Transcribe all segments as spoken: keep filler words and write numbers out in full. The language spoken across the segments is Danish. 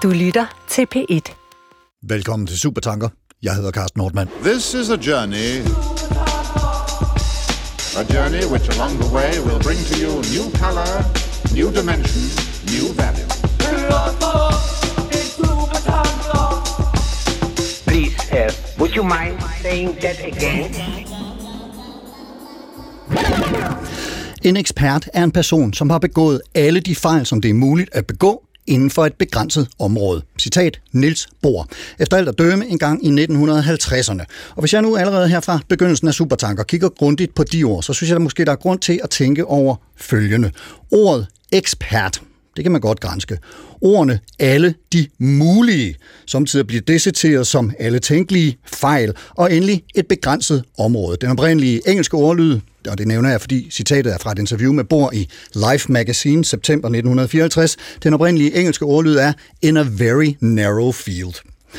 Du lytter til P et. Velkommen til Supertanker. Jeg hedder Carsten Nordmann. This is a journey. A journey which along the way will bring to you new color, new dimension, new value. Please, uh, would you mind saying that again? En ekspert er en person, som har begået alle de fejl, som det er muligt at begå inden for et begrænset område. Citat Niels Bohr. Efter alt at dømme en gang i nitten halvtredserne. Og hvis jeg nu allerede her fra begyndelsen af Supertanker kigger grundigt på de ord, så synes jeg at måske, der er grund til at tænke over følgende. Ordet ekspert, det kan man godt granske. Ordene alle de mulige, samtidig bliver deciteret som alle tænkelige fejl, og endelig et begrænset område. Den oprindelige engelske ordlyd, og det nævner jeg, fordi citatet er fra et interview med Bohr i Life Magazine, september nitten fireoghalvtreds. Den oprindelige engelske ordlyd er in a very narrow field.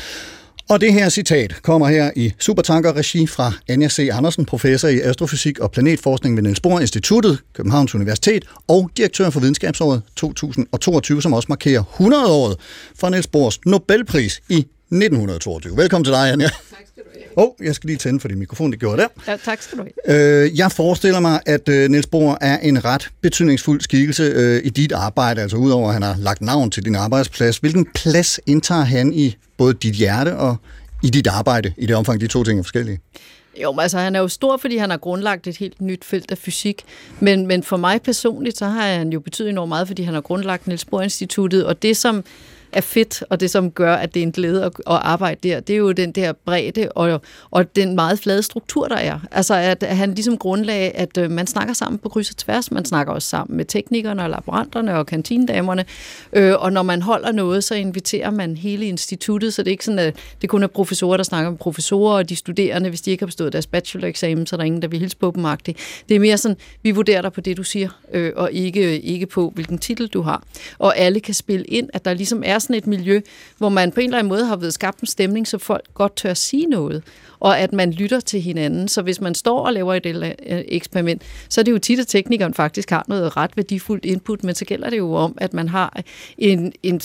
Og det her citat kommer her i Supertanker-regi fra Anja C. Andersen, professor i astrofysik og planetforskning ved Niels Bohr Instituttet, Københavns Universitet, og direktør for videnskabsåret to tusind toogtyve, som også markerer hundrede-året for Niels Bohrs Nobelpris i nitten toogtyve. Velkommen til dig, Anja. Tak skal du have. Åh, oh, jeg skal lige tænde for din mikrofon, det gjorde der. Ja, tak skal du have. Øh, jeg forestiller mig, at øh, Niels Bohr er en ret betydningsfuld skikkelse øh, i dit arbejde, altså udover at han har lagt navn til din arbejdsplads. Hvilken plads indtager han i både dit hjerte og i dit arbejde, i det omfang, de to ting er forskellige? Jo, altså han er jo stor, fordi han har grundlagt et helt nyt felt af fysik, men, men for mig personligt, så har han jo betydet enormt meget, fordi han har grundlagt Niels Bohr Instituttet, og det som er fedt, og det som gør, at det er en glæde at, at arbejde der, det er jo den der bredde og, og den meget flade struktur, der er. Altså at han ligesom grundlagde, at øh, man snakker sammen på kryds og tværs, man snakker også sammen med teknikerne og laboranterne og kantinedamerne, øh, og når man holder noget, så inviterer man hele instituttet, så det er ikke sådan, at det kun er professorer, der snakker med professorer, og de studerende, hvis de ikke har bestået deres bacheloreksamen, så er der ingen, der vil hilse på dem agtigt. Det er mere sådan, vi vurderer dig på det, du siger, øh, og ikke, ikke på, hvilken titel du har. Og alle kan spille ind, at der ligesom er sådan et miljø, hvor man på en eller anden måde har været skabt en stemning, så folk godt tør sige noget, og at man lytter til hinanden. Så hvis man står og laver et eksperiment, så er det jo tit, at teknikeren faktisk har noget ret værdifuldt input, men så gælder det jo om, at man har en, en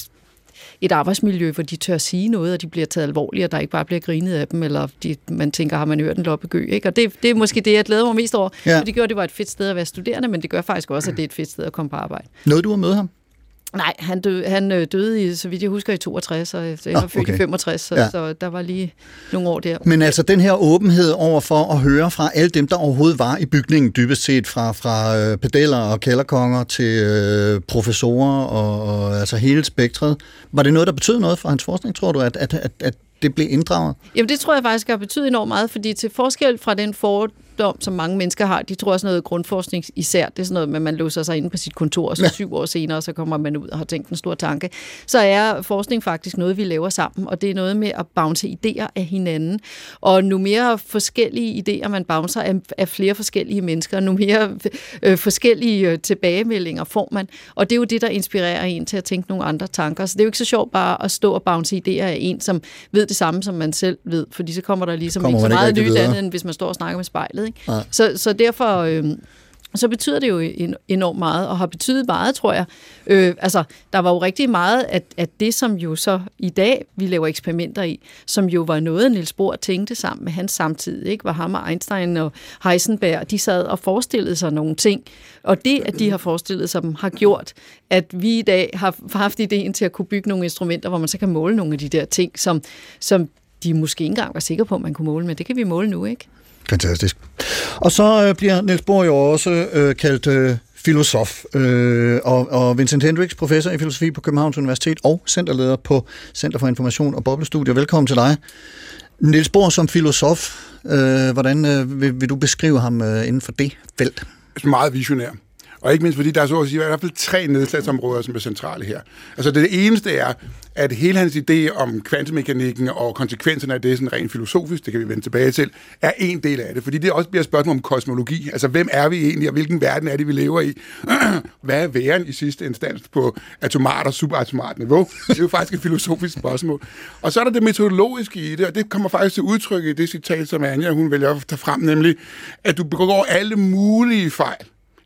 et arbejdsmiljø, hvor de tør sige noget, og de bliver taget alvorligt, og der ikke bare bliver grinet af dem, eller de, man tænker, har man hørt en loppegø, ikke? Og det, det er måske det, jeg glæder mig mest over. Ja. Det gør, det var et fedt sted at være studerende, men det gør faktisk også, at det er et fedt sted at komme på arbejde. Nåede du at møde ham? Nej, han døde, han døde i, så vidt jeg husker, i toogtres, og jeg var født okay. i femogtres, så, ja. så der var lige nogle år der. Men altså den her åbenhed over for at høre fra alle dem, der overhovedet var i bygningen, dybest set fra, fra øh, pedeller og kælderkonger til øh, professorer og, og altså hele spektret. Var det noget, der betød noget for hans forskning, tror du, at, at, at, at det blev inddraget? Jamen det tror jeg faktisk har betydet enormt meget, fordi til forskel fra den fordom, som mange mennesker har, de tror også noget grundforskning især, det er sådan noget med, at man låser sig inde på sit kontor, og så ja. syv år senere, så kommer man ud og har tænkt en stor tanke. Så er forskning faktisk noget, vi laver sammen, og det er noget med at bounce idéer af hinanden. Og nu mere forskellige idéer, man bouncer af, af flere forskellige mennesker, nu mere øh, forskellige øh, tilbagemeldinger får man, og det er jo det, der inspirerer en til at tænke nogle andre tanker. Så det er jo ikke så sjovt bare at stå og bounce idéer af en, som ved det samme, som man selv ved, fordi så kommer der ligesom kommer ikke så meget nyt andet, end hvis man står og snakker med spejlet. Ikke? Ja. Så, så derfor øh, så betyder det jo enormt meget, og har betydet meget, tror jeg. Øh, altså, der var jo rigtig meget at, at det, som jo så i dag, vi laver eksperimenter i, som jo var noget, Niels Bohr tænkte sammen med hans samtid, ikke? Var ham og Einstein og Heisenberg, de sad og forestillede sig nogle ting, og det, at de har forestillet sig dem, har gjort, at vi i dag har haft ideen til at kunne bygge nogle instrumenter, hvor man så kan måle nogle af de der ting, som, som de måske ikke engang var sikre på, at man kunne måle, men det kan vi måle nu, ikke? Fantastisk. Og så øh, bliver Niels Bohr jo også øh, kaldt øh, filosof, øh, og, og Vincent Hendricks, professor i filosofi på Københavns Universitet og centerleder på Center for Information og Boblestudier. Velkommen til dig. Niels Bohr som filosof, øh, hvordan øh, vil, vil du beskrive ham øh, inden for det felt? Meget visionær. Og ikke mindst fordi der er så at sige, i hvert fald tre nedslagsområder, som er centrale her. Altså det eneste er, at hele hans idé om kvantemekanikken og konsekvenserne af det, sådan rent filosofisk, det kan vi vende tilbage til, er en del af det. Fordi det også bliver et spørgsmål om kosmologi. Altså hvem er vi egentlig, og hvilken verden er det, vi lever i? Hvad er væren i sidste instans på atomart og subatomart niveau? Det er jo faktisk et filosofisk spørgsmål. Og så er der det metodologiske i det, og det kommer faktisk til udtryk i det citat, som Anja, hun vælger at tage frem, nemlig, at du begår alle mulige fejl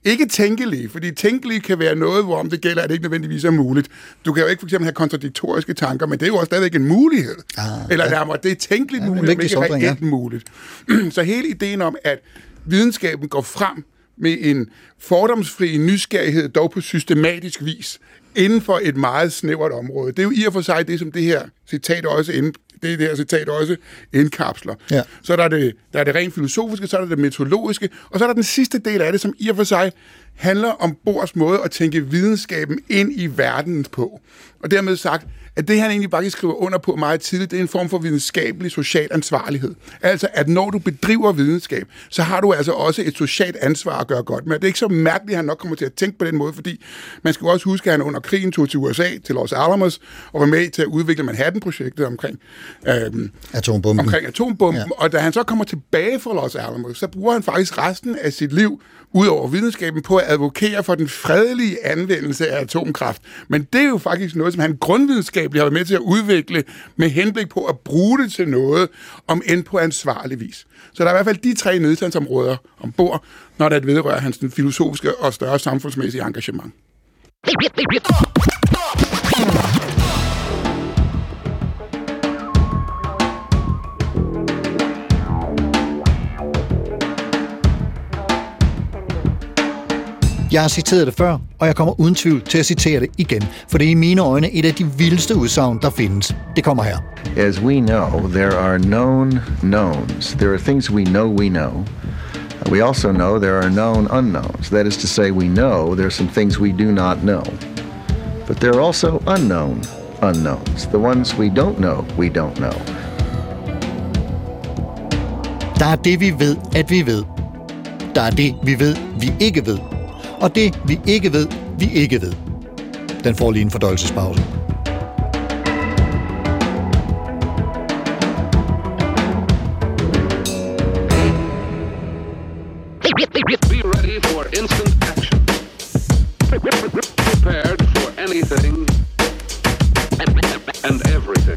Ikke tænkelige, fordi tænkelige kan være noget, hvorom det gælder, at det ikke nødvendigvis er muligt. Du kan jo ikke for eksempel have kontradiktoriske tanker, men det er jo også stadigvæk en mulighed. Ah, Eller nærmere, det er tænkeligt ja, muligt, men ikke reelt ja. muligt. Så hele ideen om, at videnskaben går frem med en fordomsfri nysgerrighed, dog på systematisk vis, inden for et meget snævert område. Det er jo i og for sig det, som det her citat også ind, det, det her citat også indkapsler. Ja. Så der er, det, der er det rent filosofiske, så er der det metodologiske, og så er der den sidste del af det, som i og for sig handler om Bohrs måde at tænke videnskaben ind i verdenen på. Og dermed sagt, at det han egentlig bare skriver under på meget tidligt, det er en form for videnskabelig social ansvarlighed. Altså, at når du bedriver videnskab, så har du altså også et socialt ansvar at gøre godt med. Det er ikke så mærkeligt, at han nok kommer til at tænke på den måde, fordi man skal jo også huske, at han under krigen tog til U S A, til Los Alamos, og var med til at udvikle Manhattan-projektet omkring øhm, atombomben. Omkring atombomben. Ja. Og da han så kommer tilbage fra Los Alamos, så bruger han faktisk resten af sit liv ud over videnskaben på at advokere for den fredelige anvendelse af atomkraft. Men det er jo faktisk noget, som han grundvidenskabeligt har været med til at udvikle med henblik på at bruge det til noget, om end på ansvarlig vis. Så der er i hvert fald de tre nedstandsområder ombord, når det vedrører hans filosofiske og større samfundsmæssige engagement. Jeg har citeret det før, og jeg kommer uden tvivl til at citere det igen, for det er i mine øjne et af de vildeste udsagn, der findes. Det kommer her. As we know, there are known knowns. There are things we know we know. We also know there are known unknowns. That is to say, we know there are some things we do not know. But there are also unknown unknowns. The ones we don't know, we don't know. Der er det, vi ved, at vi ved. Der er det, vi ved, vi ikke ved. Og det, vi ikke ved, vi ikke ved. Den får lige en fordøjelsespause. Be ready for instant action. Prepared for anything and everything.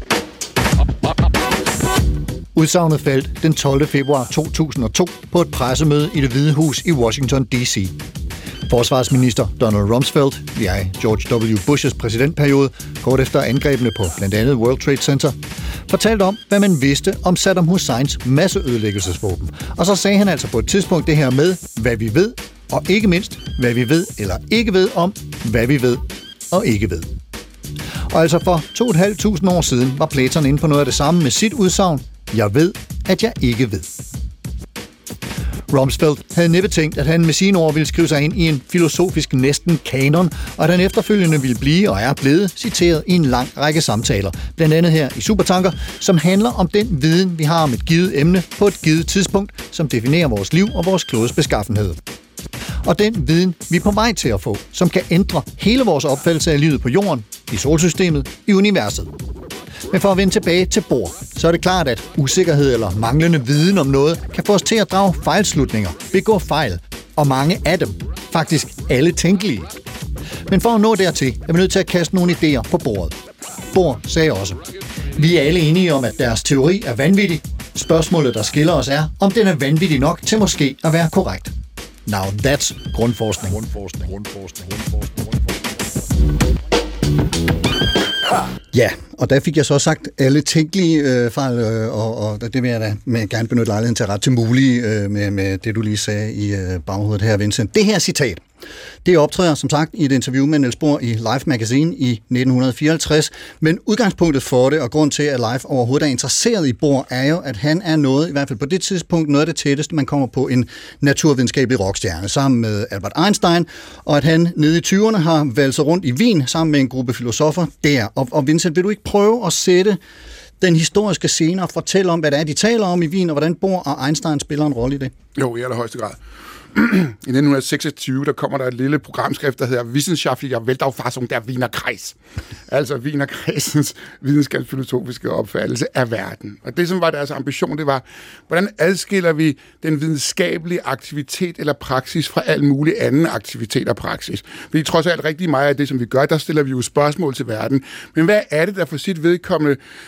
Udsagnet faldt den tolvte februar to tusind og to på et pressemøde i Det Hvide Hus i Washington D C Forsvarsminister Donald Rumsfeld, i George W. Bushes præsidentperiode, kort efter angrebene på blandt andet World Trade Center, fortalte om, hvad man vidste om Saddam Husseins masseødelæggelsesvåben. Og så sagde han altså på et tidspunkt det her med, hvad vi ved, og ikke mindst, hvad vi ved eller ikke ved om, hvad vi ved og ikke ved. Og altså for to og et halvt tusind år siden var Platon inde på noget af det samme med sit udsagn, jeg ved, at jeg ikke ved. Rumsfeld havde næppe tænkt, at han med sine ord ville skrive sig ind i en filosofisk næsten kanon, og at han efterfølgende ville blive og er blevet citeret i en lang række samtaler, blandt andet her i Supertanker, som handler om den viden, vi har om et givet emne på et givet tidspunkt, som definerer vores liv og vores klodes beskaffenhed. Og den viden, vi er på vej til at få, som kan ændre hele vores opfattelse af livet på jorden, i solsystemet, i universet. Men for at vende tilbage til Bohr, så er det klart, at usikkerhed eller manglende viden om noget kan få os til at drage fejlslutninger, begå fejl, og mange af dem, faktisk alle tænkelige. Men for at nå dertil, er vi nødt til at kaste nogle idéer på bordet. Bohr sagde også, vi er alle enige om, at deres teori er vanvittig. Spørgsmålet, der skiller os, er, om den er vanvittig nok til måske at være korrekt. Now that's grundforskning. Grundforskning, grundforskning, grundforskning, grundforskning. Ja, og der fik jeg så sagt alle tænkelige øh, fejl, øh, og, og det vil jeg da med, gerne benytte lejligheden til ret til mulige øh, med, med det, du lige sagde i øh, baghovedet her, Vincent. Det her citat, det optræder som sagt i et interview med Niels Bohr i Life Magazine i nitten fireoghalvtreds, men udgangspunktet for det, og grund til, at Life overhovedet er interesseret i Bohr, er jo, at han er noget, i hvert fald på det tidspunkt, noget af det tætteste, man kommer på en naturvidenskabelig rockstjerne, sammen med Albert Einstein, og at han nede i tyverne har valgt rundt i Wien, sammen med en gruppe filosofer der. Og, og Vincent, vil du ikke prøve at sætte den historiske scene og fortælle om, hvad det er, de taler om i Wien, og hvordan Bohr og Einstein spiller en rolle i det? Jo, i allerhøjeste grad. I nitten seksogtyve, der kommer der et lille programskrift, der hedder Wissenschaftlicher Weltauffassung der Wiener Kreis. Altså Wiener Kreisens videnskabsfilosofiske opfattelse af verden. Og det, som var deres ambition, det var, hvordan adskiller vi den videnskabelige aktivitet eller praksis fra al mulig anden aktivitet og praksis? Fordi trods alt rigtig meget af det, som vi gør, der stiller vi jo spørgsmål til verden. Men hvad er det, der for sit vedkommende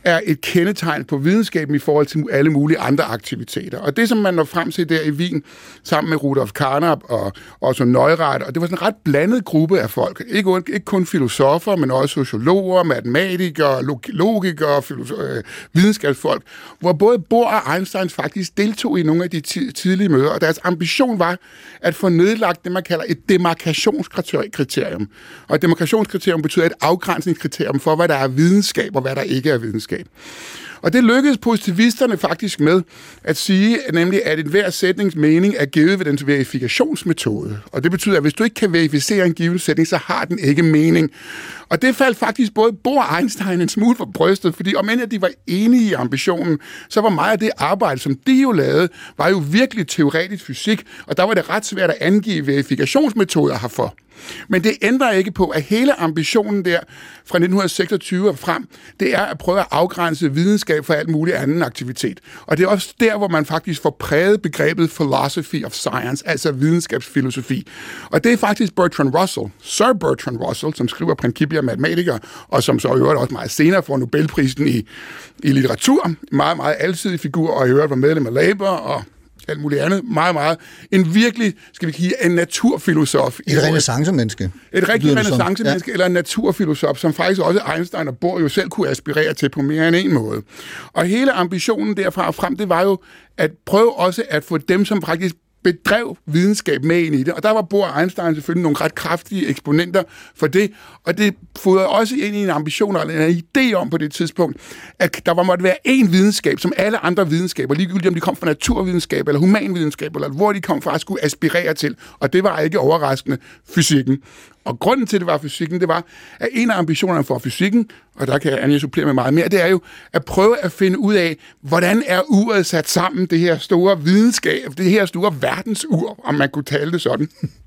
er et kendetegn på videnskaben i forhold til alle mulige andre aktiviteter. Og det, som man når frem til der i Wien, sammen med Rudolf Carnap og Otto Neurath, og det var sådan en ret blandet gruppe af folk. Ikke, ikke kun filosofer, men også sociologer, matematikere, logikere, filoso- øh, videnskabsfolk, hvor både Bohr og Einstein faktisk deltog i nogle af de t- tidlige møder, og deres ambition var at få nedlagt det, man kalder et demarkationskriterium. Og et demarkationskriterium betyder et afgrænsningskriterium for, hvad der er videnskab og hvad der ikke er videnskab. Og det lykkedes positivisterne faktisk med at sige, nemlig at enhver sætnings mening er givet ved dens verifikationsmetode. Og det betyder, at hvis du ikke kan verificere en given sætning, så har den ikke mening. Og det faldt faktisk både Bohr og Einstein en smule for brystet, fordi om end at de var enige i ambitionen, så var meget af det arbejde, som de jo lavede, var jo virkelig teoretisk fysik, og der var det ret svært at angive verifikationsmetoder herfor. Men det ændrer ikke på, at hele ambitionen der fra nitten seksogtyve og frem, det er at prøve at afgrænse videnskab for alt muligt anden aktivitet. Og det er også der, hvor man faktisk får præget begrebet philosophy of science, altså videnskabsfilosofi. Og det er faktisk Bertrand Russell, Sir Bertrand Russell, som skriver Principia Mathematica, og som så i øvrigt også meget senere får Nobelprisen i, i litteratur. Meget, meget alsidig figur, og i øvrigt var medlem af Labour, og alt muligt andet. Meget, meget. En virkelig, skal vi sige, en naturfilosof. Et renaissancemenneske. Et rigtig renaissancemenneske, ja. Eller en naturfilosof, som faktisk også Einstein og Bohr jo selv kunne aspirere til på mere end en måde. Og hele ambitionen derfra og frem, det var jo at prøve også at få dem, som faktisk bedrev videnskab med ind i det. Og der var Bohr og Einstein selvfølgelig nogle ret kraftige eksponenter for det, og det fodrede også ind i en ambition eller en idé om på det tidspunkt, at der var måtte være én videnskab, som alle andre videnskaber, ligegyldigt om de kom fra naturvidenskab eller humanvidenskab, eller hvor de kom fra, skulle aspirere til. Og det var ikke overraskende fysikken. Og grunden til, det var fysikken, det var, at en af ambitionerne for fysikken, og der kan Anja supplere med meget mere, det er jo at prøve at finde ud af, hvordan er uret sat sammen, det her store videnskab, det her store verdensur, om man kunne tale det sådan.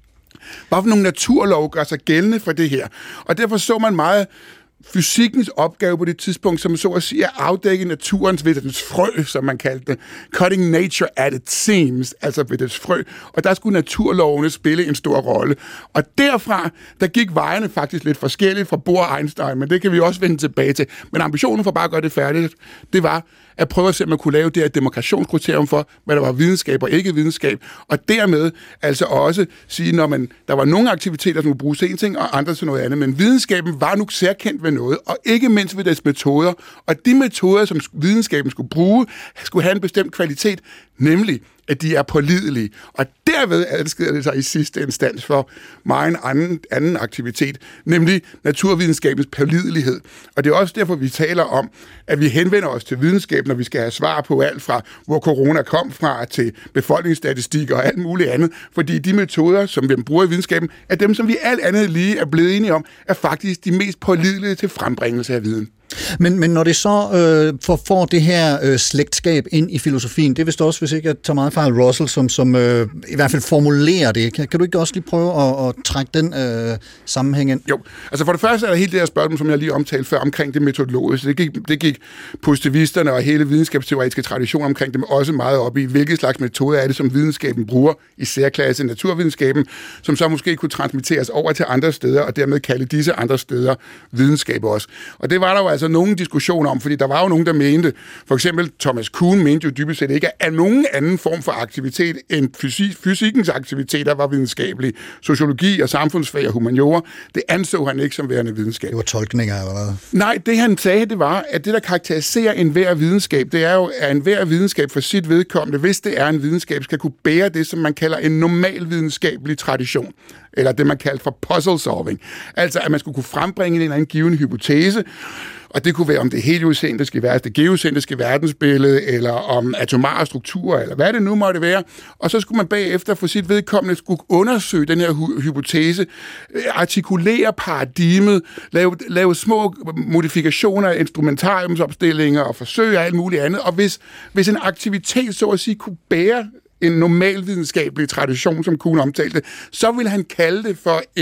Hvad for nogle naturlov gør sig gældende for det her? Og derfor så man meget fysikkens opgave på det tidspunkt, som så at sige at afdække naturens ved dens frø, som man kaldte det. Cutting nature at it seems, altså ved dens frø. Og der skulle naturlovene spille en stor rolle. Og derfra, der gik vejene faktisk lidt forskelligt fra Bohr og Einstein, men det kan vi også vende tilbage til. Men ambitionen for bare at gøre det færdigt, det var at prøve at se, om man kunne lave det her demarkationskriterium for, hvad der var videnskab og ikke videnskab, og dermed altså også sige, når man, der var nogle aktiviteter, som kunne bruges til en ting, og andre til noget andet, men videnskaben var nu særkendt ved noget, og ikke mindst ved dets metoder, og de metoder, som videnskaben skulle bruge, skulle have en bestemt kvalitet, nemlig at de er pålidelige. Og derved adskiller det sig i sidste instans for meget anden, anden aktivitet, nemlig naturvidenskabens pålidelighed. Og det er også derfor, vi taler om, at vi henvender os til videnskab, når vi skal have svar på alt fra, hvor corona kom fra, til befolkningsstatistikker og alt muligt andet. Fordi de metoder, som vi bruger i videnskaben, er dem, som vi alt andet lige er blevet enige om, er faktisk de mest pålidelige til frembringelse af viden. Men, men når det så øh, får, får det her øh, slægtskab ind i filosofien, det er vist også, hvis ikke jeg tager meget fejl, Russell, som, som øh, i hvert fald formulerer det. Kan, kan du ikke også lige prøve at, at trække den øh, sammenhæng ind? Jo, altså for det første er der helt det her spørgsmål, som jeg lige omtalte før, omkring det metodologiske. Det gik, det gik positivisterne og hele videnskabsteoretiske traditioner omkring dem også meget op i, hvilke slags metoder er det, som videnskaben bruger, i særklasse naturvidenskaben, som så måske kunne transmitteres over til andre steder, og dermed kalde disse andre steder videnskab også. Og det var der jo altså nogle diskussioner om, fordi der var jo nogen, der mente, for eksempel Thomas Kuhn mente jo dybest set ikke, at nogen anden form for aktivitet end fysik, fysikkens aktiviteter var videnskabelig. Sociologi og samfundsfag og humaniora, det anså han ikke som værende videnskab. Det var tolkninger eller hvad? Nej, det han sagde, det var, at det, der karakteriserer enhver videnskab, det er jo, at enhver videnskab for sit vedkommende, hvis det er en videnskab, skal kunne bære det, som man kalder en normal videnskabelig tradition, eller det, man kalder for puzzle solving. Altså, at man skulle kunne frembringe en eller anden given hypotese, og det kunne være, om det heliocentriske være det geocentriske verdensbillede, eller om atomare strukturer, eller hvad det nu måtte være. Og så skulle man bagefter for sit vedkommende skulle undersøge den her hy- hypotese, artikulere paradigmet, lave, lave små modifikationer af instrumentariumsopstillinger og forsøge alt muligt andet. Og hvis, hvis en aktivitet, så at sige, kunne bære en normal videnskabelig tradition, som Kuhn omtalte, så ville han kalde det for en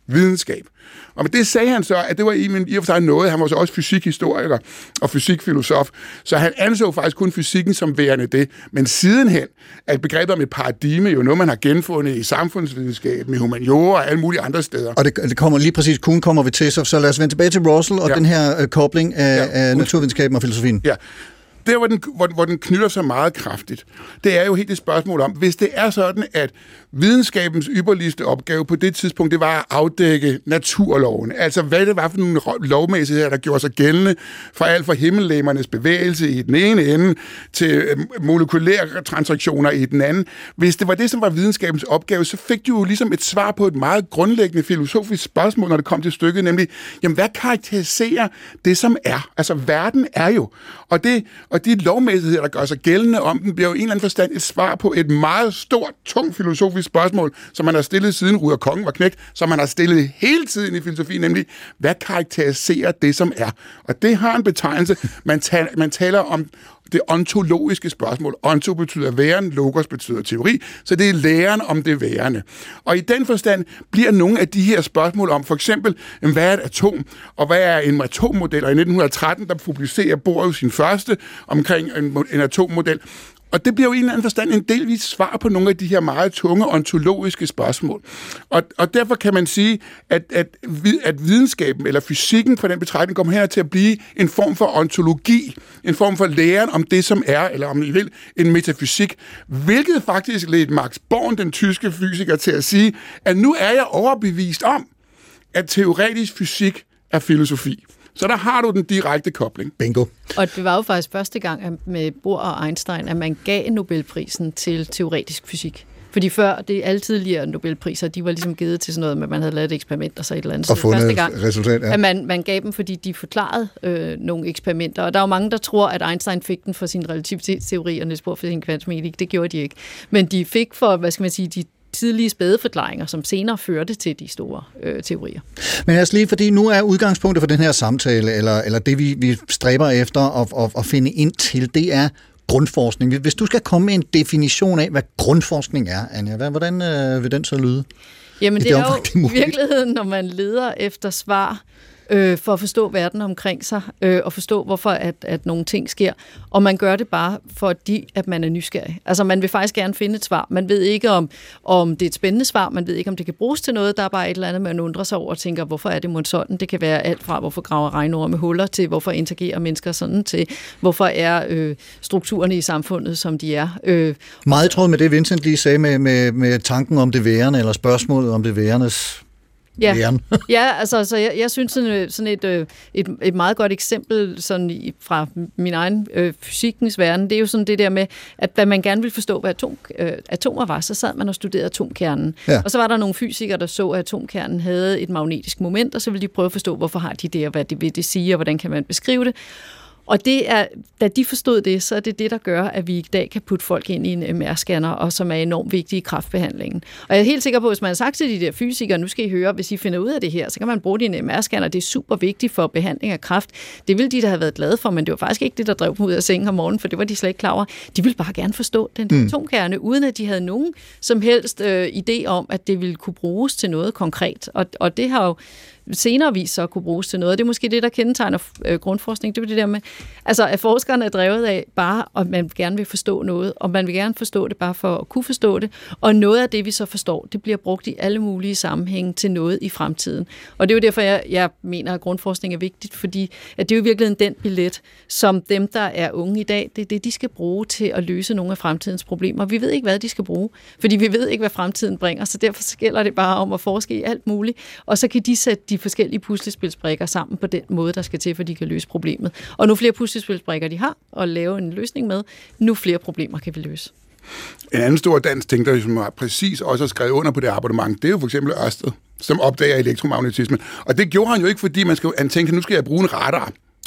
videnskab. Og med det sagde han så, at det var i og for sig noget, han var så også fysikhistoriker og fysikfilosof, så han anså faktisk kun fysikken som værende det. Men sidenhen, at begrebet om et paradigme jo noget, man har genfundet i samfundsvidenskab, med humaniora og alle mulige andre steder. Og det, det kommer lige præcis, kun kommer vi til, så, så lad os vende tilbage til Russell og ja. den her øh, kobling af, ja. af naturvidenskaben og filosofien. Ja. Der, hvor den, hvor, hvor den knytter sig meget kraftigt, det er jo helt et spørgsmål om, hvis det er sådan, at videnskabens ypperligste opgave på det tidspunkt, det var at afdække naturloven. Altså, hvad det var for nogle lovmæssigheder, der gjorde sig gældende for alt fra himmellegemernes bevægelse i den ene ende til molekylære transaktioner i den anden. Hvis det var det, som var videnskabens opgave, så fik du jo ligesom et svar på et meget grundlæggende filosofisk spørgsmål, når det kom til stykket, nemlig, jamen, hvad karakteriserer det, som er? Altså, verden er jo. Og det Og de lovmæssigheder, der gør sig gældende om den, bliver jo i en eller anden forstand et svar på et meget stort, tungt filosofisk spørgsmål, som man har stillet siden Ruder Kongen var knægt, som man har stillet hele tiden i filosofien, nemlig, hvad karakteriserer det, som er? Og det har en betegnelse. Man taler, man taler om det ontologiske spørgsmål. Onto betyder væren, logos betyder teori, så det er læren om det værende. Og i den forstand bliver nogle af de her spørgsmål om, for eksempel, hvad er et atom, og hvad er en atommodel? Og i nitten tretten, der publicerer Bohr sin første omkring en, en atommodel. Og det bliver jo i en eller anden forstand en delvis svar på nogle af de her meget tunge ontologiske spørgsmål. Og, og derfor kan man sige, at, at, at videnskaben eller fysikken for den betragtning kommer her til at blive en form for ontologi, en form for læren om det, som er, eller om I vil, en metafysik, hvilket faktisk ledte Max Born, den tyske fysiker, til at sige, at nu er jeg overbevist om, at teoretisk fysik er filosofi. Så der har du den direkte kobling. Bingo. Og det var jo faktisk første gang med Bohr og Einstein, at man gav Nobelprisen til teoretisk fysik. Fordi før, det er alle tidligere Nobelpriser, de var ligesom givet til sådan noget, med at man havde lavet et eksperiment og så et eller andet. Og fundet første gang, resultat, ja. At man, man gav dem, fordi de forklarede øh, nogle eksperimenter. Og der er jo mange, der tror, at Einstein fik den for sin relativitetsteori, og Niels Bohr for sin kvantemekanik. Det gjorde de ikke. Men de fik for, hvad skal man sige, de tidlige spædeforklaringer, som senere førte til de store øh, teorier. Men altså lige, fordi nu er udgangspunktet for den her samtale, eller, eller det vi, vi stræber efter at, at, at finde ind til, det er grundforskning. Hvis du skal komme med en definition af, hvad grundforskning er, Anja, hvordan øh, vil den så lyde? Jamen det, det er jo i virkeligheden, når man leder efter svar, øh, for at forstå verden omkring sig, øh, og forstå, hvorfor at, at nogle ting sker. Og man gør det bare, fordi at man er nysgerrig. Altså, man vil faktisk gerne finde et svar. Man ved ikke, om, om det er et spændende svar. Man ved ikke, om det kan bruges til noget. Der er bare et eller andet, man undrer sig over og tænker, hvorfor er det mon sådan? Det kan være alt fra, hvorfor graver regnorme med huller, til hvorfor interagerer mennesker sådan, til hvorfor er øh, strukturerne i samfundet, som de er. Øh, Meget tråd med det, Vincent lige sagde med, med, med tanken om det værende, eller spørgsmålet om det værendes Ja, ja, altså, så jeg, jeg synes sådan, sådan et, et, et meget godt eksempel sådan i, fra min egen øh, fysikkens verden, det er jo sådan det der med, at da man gerne ville forstå, hvad atom, øh, atomer var, så sad man og studerede atomkernen. Ja. Og så var der nogle fysikere, der så, at atomkernen havde et magnetisk moment, og så ville de prøve at forstå, hvorfor har de det, og hvad det vil det sige, og hvordan kan man beskrive det. Og det er, da de forstod det, så er det det, der gør, at vi i dag kan putte folk ind i en M R-scanner, og som er enormt vigtige i kræftbehandlingen. Og jeg er helt sikker på, at hvis man har sagt til de der fysikere, nu skal I høre, hvis I finder ud af det her, så kan man bruge det i en M R-scanner. Det er super vigtigt for behandling af kræft. Det ville de, der have været glade for, men det var faktisk ikke det, der drev dem ud af sengen om morgenen, for det var de slet ikke klar over. De ville bare gerne forstå den mm. atomkerne, uden at de havde nogen som helst øh, idé om, at det ville kunne bruges til noget konkret. Og, og det har jo senere vist sig at kunne bruges til noget. Det er måske det, der kendetegner øh, grundforskning. Det er det der med, altså at forskerne er drevet af bare, at man gerne vil forstå noget, og man vil gerne forstå det bare for at kunne forstå det, og noget af det, vi så forstår, det bliver brugt i alle mulige sammenhænge til noget i fremtiden. Og det er jo derfor, jeg, jeg mener, at grundforskning er vigtigt, fordi at det er jo i virkeligheden den billet, som dem, der er unge i dag, det er det, de skal bruge til at løse nogle af fremtidens problemer. Vi ved ikke, hvad de skal bruge, fordi vi ved ikke, hvad fremtiden bringer, så derfor gælder det bare om at forske i alt muligt, og så kan de sætte de forskellige puslespilsbrikker sammen på den måde, der skal til, for de kan løse problemet. Og nu flere puslespilsbrikker de har at lave en løsning med, nu flere problemer kan vi løse. En anden stor dansk tænker, som har præcis også har skrevet under på det abonnement, det er jo for eksempel Ørsted, som opdager elektromagnetismen. Og det gjorde han jo ikke, fordi man skal, han tænkte, nu skal jeg bruge en radar,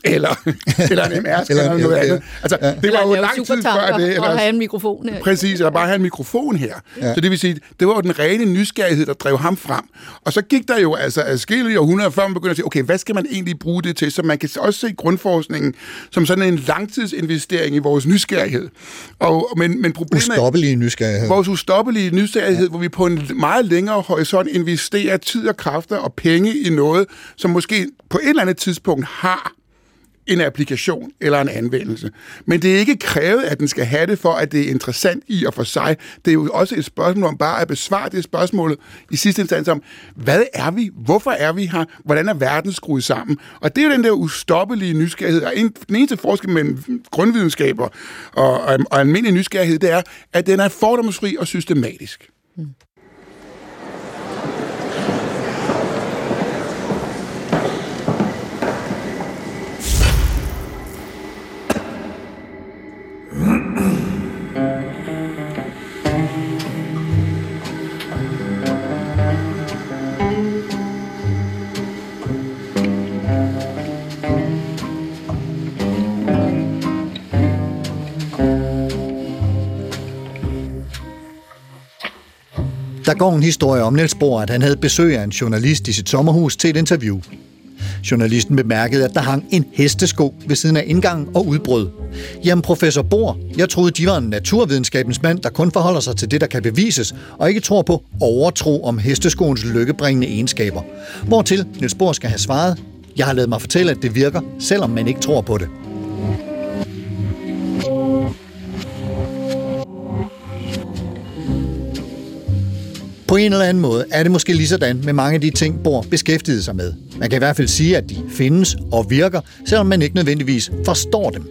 eller, eller en M R-scanner eller noget andet. Altså, Ja. det var jo lang tid før det. Og have en mikrofon her. Præcis, eller bare have en mikrofon her. Ja. Så det vil sige, det var jo den rene nysgerrighed, der drev ham frem. Og så gik der jo altså adskillige århundreder før man begyndte at sige, okay, hvad skal man egentlig bruge det til? Så man kan også se grundforskningen som sådan en langtidsinvestering i vores nysgerrighed. Og, men, men problemet Ustoppelige nysgerrighed. Vores ustoppelige nysgerrighed, ja. Hvor vi på en meget længere horisont investerer tid og kræfter og penge i noget, som måske på et eller andet tidspunkt har en applikation eller en anvendelse. Men det er ikke krævet, at den skal have det, for at det er interessant i og for sig. Det er jo også et spørgsmål om bare at besvare det spørgsmål i sidste instans om, hvad er vi? Hvorfor er vi her? Hvordan er verden skruet sammen? Og det er jo den der ustoppelige nysgerrighed. Og den eneste forskel mellem grundvidenskaber og, og, og almindelig nysgerrighed, det er, at den er fordomsfri og systematisk. Hmm. Der går en historie om Niels Bohr, at han havde besøg af en journalist i sit sommerhus til et interview. Journalisten bemærkede, at der hang en hestesko ved siden af indgangen og udbrød. Jamen, professor Bohr, jeg troede, de var en naturvidenskabens mand, der kun forholder sig til det, der kan bevises, og ikke tror på overtro om hesteskoens lykkebringende egenskaber. Hvortil Niels Bohr skal have svaret, jeg har ladet mig fortælle, at det virker, selvom man ikke tror på det. På en eller anden måde er det måske lige sådan med mange af de ting, Bohr beskæftigede sig med. Man kan i hvert fald sige, at de findes og virker, selvom man ikke nødvendigvis forstår dem.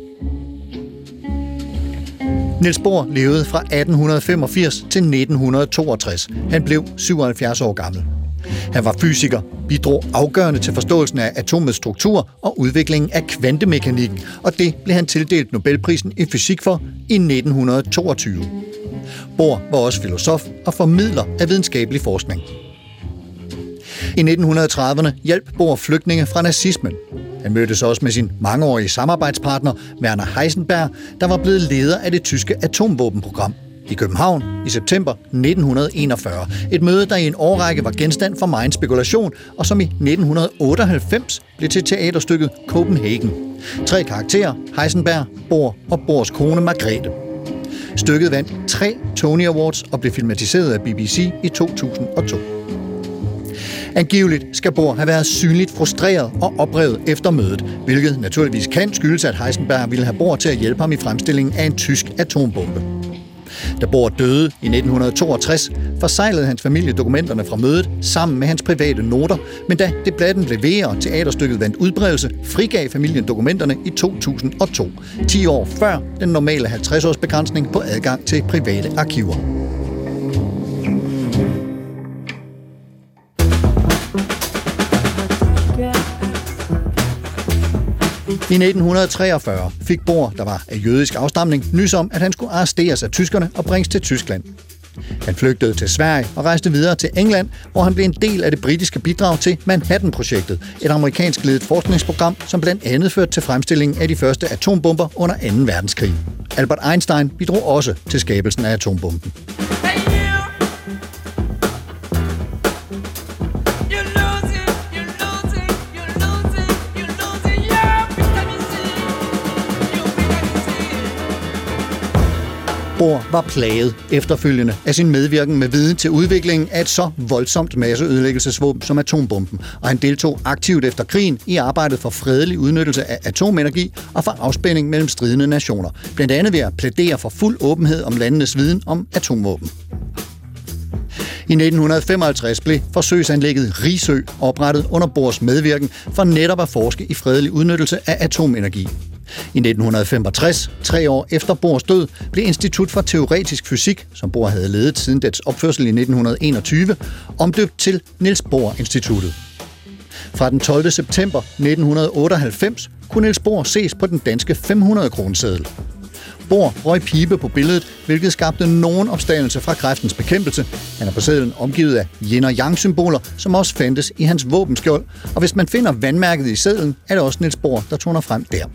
Niels Bohr levede fra atten femogfirs til nitten toogtres. Han blev syvoghalvfjerds år gammel. Han var fysiker, bidrog afgørende til forståelsen af atomets struktur og udviklingen af kvantemekanikken, og det blev han tildelt Nobelprisen i fysik for i nitten toogtyve. Bohr var også filosof og formidler af videnskabelig forskning. I nitten trediverne hjalp Bohr flygtninge fra nazismen. Han mødtes også med sin mangeårige samarbejdspartner Werner Heisenberg, der var blevet leder af det tyske atomvåbenprogram i København i september nitten enogfyrre. Et møde, der i en årrække var genstand for megen spekulation, og som i nitten otteoghalvfems blev til teaterstykket Copenhagen. Tre karakterer, Heisenberg, Bohr og Bohrs kone Margrethe. Stykket vandt tre Tony Awards og blev filmatiseret af B B C i to tusind og to. Angiveligt skal Bohr have været synligt frustreret og oprevet efter mødet, hvilket naturligvis kan skyldes, at Heisenberg ville have Bohr til at hjælpe ham i fremstillingen af en tysk atombombe. Da Bohr døde i nitten toogtres, forsejlede hans familie dokumenterne fra mødet sammen med hans private noter, men da debatten blev ved og teaterstykket vandt udbredelse, frigav familien dokumenterne i to tusind og to, ti år før den normale halvtreds-års begrænsning på adgang til private arkiver. I nitten treogfyrre fik Bohr, der var af jødisk afstamning, nys om, at han skulle arresteres af tyskerne og bringes til Tyskland. Han flygtede til Sverige og rejste videre til England, hvor han blev en del af det britiske bidrag til Manhattan-projektet, et amerikansk ledet forskningsprogram, som blandt andet førte til fremstillingen af de første atombomber under anden verdenskrig. Albert Einstein bidrog også til skabelsen af atombomben. Bohr var plaget efterfølgende af sin medvirken med viden til udviklingen af et så voldsomt masseødelæggelsesvåben som atombomben, og han deltog aktivt efter krigen i arbejdet for fredelig udnyttelse af atomenergi og for afspænding mellem stridende nationer, blandt andet ved at plædere for fuld åbenhed om landenes viden om atomvåben. I nitten femoghalvtreds blev forsøgsanlægget Risø oprettet under Bohrs medvirken for netop at forske i fredelig udnyttelse af atomenergi. I nitten femogtres, tre år efter Bohrs død, blev Institut for Teoretisk Fysik, som Bohr havde ledet siden dets opførsel i nitten enogtyve, omdøbt til Niels Bohr-instituttet. Fra den tolvte september nitten otteoghalvfems kunne Niels Bohr ses på den danske fem hundrede kroneseddel. Bohr røg pibe på billedet, hvilket skabte nogen opstandelse fra kræftens bekæmpelse. Han er på sedlen omgivet af yin og yang symboler, som også fandtes i hans våbenskjold. Og hvis man finder vandmærket i sedlen, er det også Niels Bohr, der toner frem der.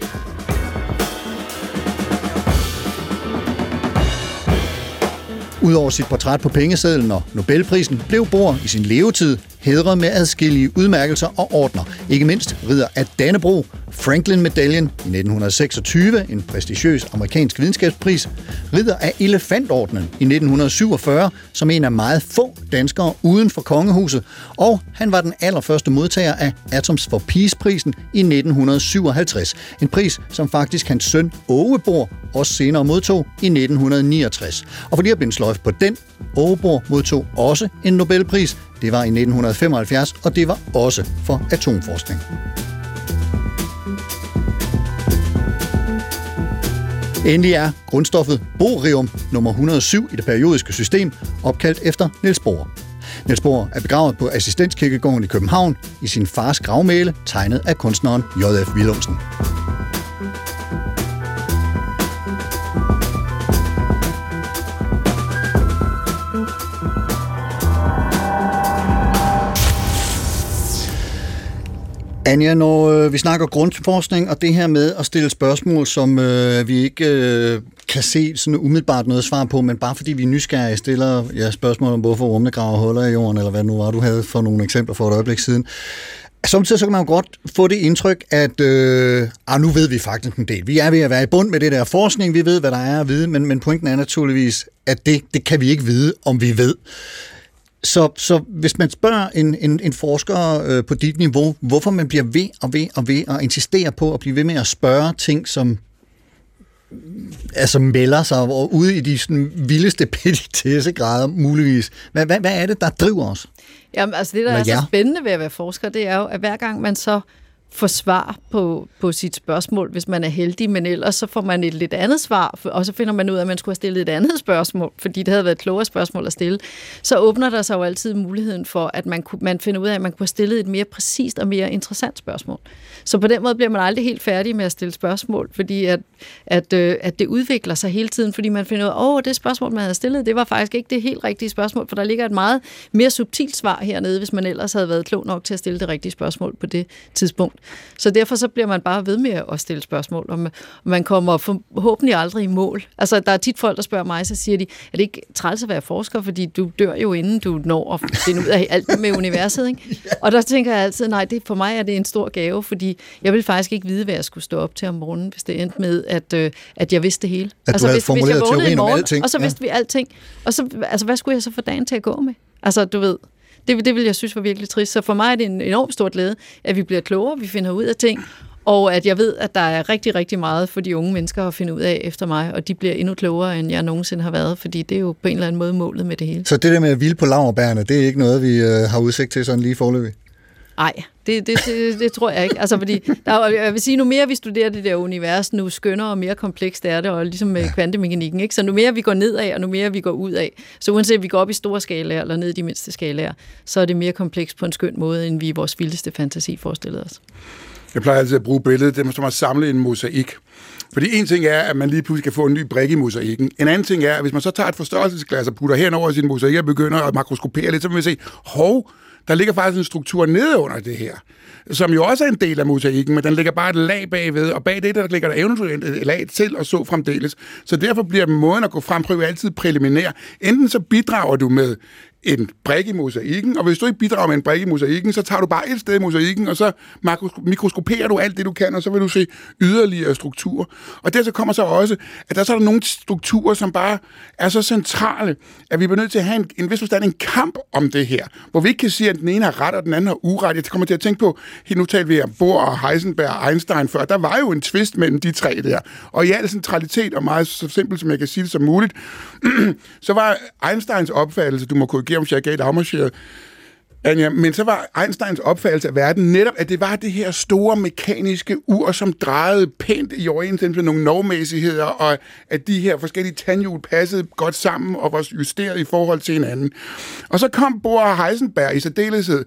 Udover sit portræt på pengesedlen og Nobelprisen, blev Bohr i sin levetid hædret med adskillige udmærkelser og ordner. Ikke mindst ridder af Dannebrog, Franklin-medaljen i nitten seksogtyve, en prestigiøs amerikansk videnskabspris, ridder af Elefantordenen i nitten syvogfyrre, som en af meget få danskere uden for kongehuset, og han var den allerførste modtager af Atoms for Peace-prisen i nitten syvoghalvtreds. En pris, som faktisk hans søn Åge Bohr også senere modtog i nitten niogtres. Og for lige at binde sløjf på den, Åge Bohr modtog også en Nobelpris. Det var i nitten femoghalvfjerds, og det var også for atomforskning. Endelig er grundstoffet borium nummer et hundrede og syv i det periodiske system, opkaldt efter Niels Bohr. Niels Bohr er begravet på Assistenskirkegården i København i sin fars gravmæle, tegnet af kunstneren J F Willumsen. Anja, når øh, vi snakker grundforskning og det her med at stille spørgsmål, som øh, vi ikke øh, kan se sådan umiddelbart noget svar på, men bare fordi vi er nysgerrige stiller ja, spørgsmål om, hvorfor rummet graver huller i jorden, eller hvad nu var, du havde for nogle eksempler for et øjeblik siden. Samtidig så kan man jo godt få det indtryk, at øh, ah, nu ved vi faktisk en del. Vi er ved at være i bund med det der forskning, vi ved, hvad der er at vide, men, men pointen er naturligvis, at det, det kan vi ikke vide, om vi ved. Så, så hvis man spørger en, en, en forsker øh, på dit niveau, hvorfor man bliver ved og ved og ved og insisterer på at blive ved med at spørge ting, som altså melder sig og ude i de sådan, vildeste petitessegrader muligvis. Hvad, hvad, hvad er det, der driver os? Jamen, altså det, der er så spændende ved at være forsker, det er jo, at hver gang man så får svar på, på sit spørgsmål, hvis man er heldig, men ellers så får man et lidt andet svar, og så finder man ud af, at man skulle have stillet et andet spørgsmål, fordi det havde været et klogere spørgsmål at stille. Så åbner der sig jo altid muligheden for, at man, kunne, man finder ud af, at man kunne have stillet et mere præcist og mere interessant spørgsmål. Så på den måde bliver man aldrig helt færdig med at stille spørgsmål, fordi at, at, øh, at det udvikler sig hele tiden, fordi man finder ud af, åh, det spørgsmål, man havde stillet, det var faktisk ikke det helt rigtige spørgsmål, for der ligger et meget mere subtilt svar hernede, hvis man ellers havde været klog nok til at stille det rigtige spørgsmål på det tidspunkt. Så derfor så bliver man bare ved med at stille spørgsmål, og man kommer forhåbentlig aldrig i mål. Altså, der er tit folk, der spørger mig, så siger de, er det ikke træls at være forsker, fordi du dør jo inden du når at finde ud af alt med universet, ikke? Og der tænker jeg altid, nej, det, for mig er det en stor gave, fordi jeg vil faktisk ikke vide, hvad jeg skulle stå op til om morgenen, hvis det endte med, at, øh, at jeg vidste det hele. At altså, hvis, hvis jeg vågnede i morgen, og så vidste ja. vi alting. Og så, altså, hvad skulle jeg så få dagen til at gå med? Altså, du ved... Det, det vil jeg synes var virkelig trist. Så for mig er det en enormt stor glæde, at vi bliver klogere, vi finder ud af ting, og at jeg ved, at der er rigtig, rigtig meget for de unge mennesker at finde ud af efter mig, og de bliver endnu klogere, end jeg nogensinde har været, fordi det er jo på en eller anden måde målet med det hele. Så det der med at hvile på laurbærrene, det er ikke noget, vi øh, har udsigt til sådan lige foreløbig? Nej, det, det, det, det tror jeg ikke. Altså, fordi der, jeg vil sige, nu mere vi studerer det der univers, nu skønnere og mere komplekst er det, og ligesom med ja. kvantemekanikken, ikke? Så nu mere vi går nedad, og nu mere vi går ud af. Så uanset om vi går op i store skalaer, eller ned i de mindste skalaer, så er det mere komplekst på en skøn måde, end vi i vores vildeste fantasi forestillede os. Jeg plejer altid at bruge billedet, det er som at samle en mosaik. Fordi en ting er, at man lige pludselig kan få en ny brik i mosaikken. En anden ting er, at hvis man så tager et forstørrelsesglas og putter henover sin mosaik og begynder at makroskopere lidt, så vil man se, hov, der ligger faktisk en struktur nede under det her, som jo også er en del af mosaikken, men den ligger bare et lag bagved, og bag det, der ligger der eventuelt et lag til, og så fremdeles. Så derfor bliver måden at gå frem på altid præliminær. Enten så bidrager du med en brik i mosaikken, og hvis du ikke bidrager med en brik i mosaikken, så tager du bare et sted i mosaikken, og så mikroskoperer du alt det, du kan, og så vil du se yderligere strukturer. Og der så kommer så også, at der så er der nogle strukturer, som bare er så centrale, at vi bliver nødt til at have en, en vis forstand en kamp om det her, hvor vi ikke kan sige, at den ene har ret, og den anden har uret. Jeg kommer til at tænke på, nu talte vi om Bohr og Heisenberg og Einstein før, der var jo en tvist mellem de tre der, og i al centralitet, og meget så simpelt, som jeg kan sige det som muligt, så var Einsteins opfattelse, du må korrigere, om jeg gav et afmarcheret, Anja, men så var Einsteins opfattelse af verden netop, at det var det her store mekaniske ur, som drejede pænt i overensstemmelse med nogle lovmæssigheder, og at de her forskellige tandhjul passede godt sammen og var justeret i forhold til hinanden. Og så kom Bohr og Heisenberg i særdeleshed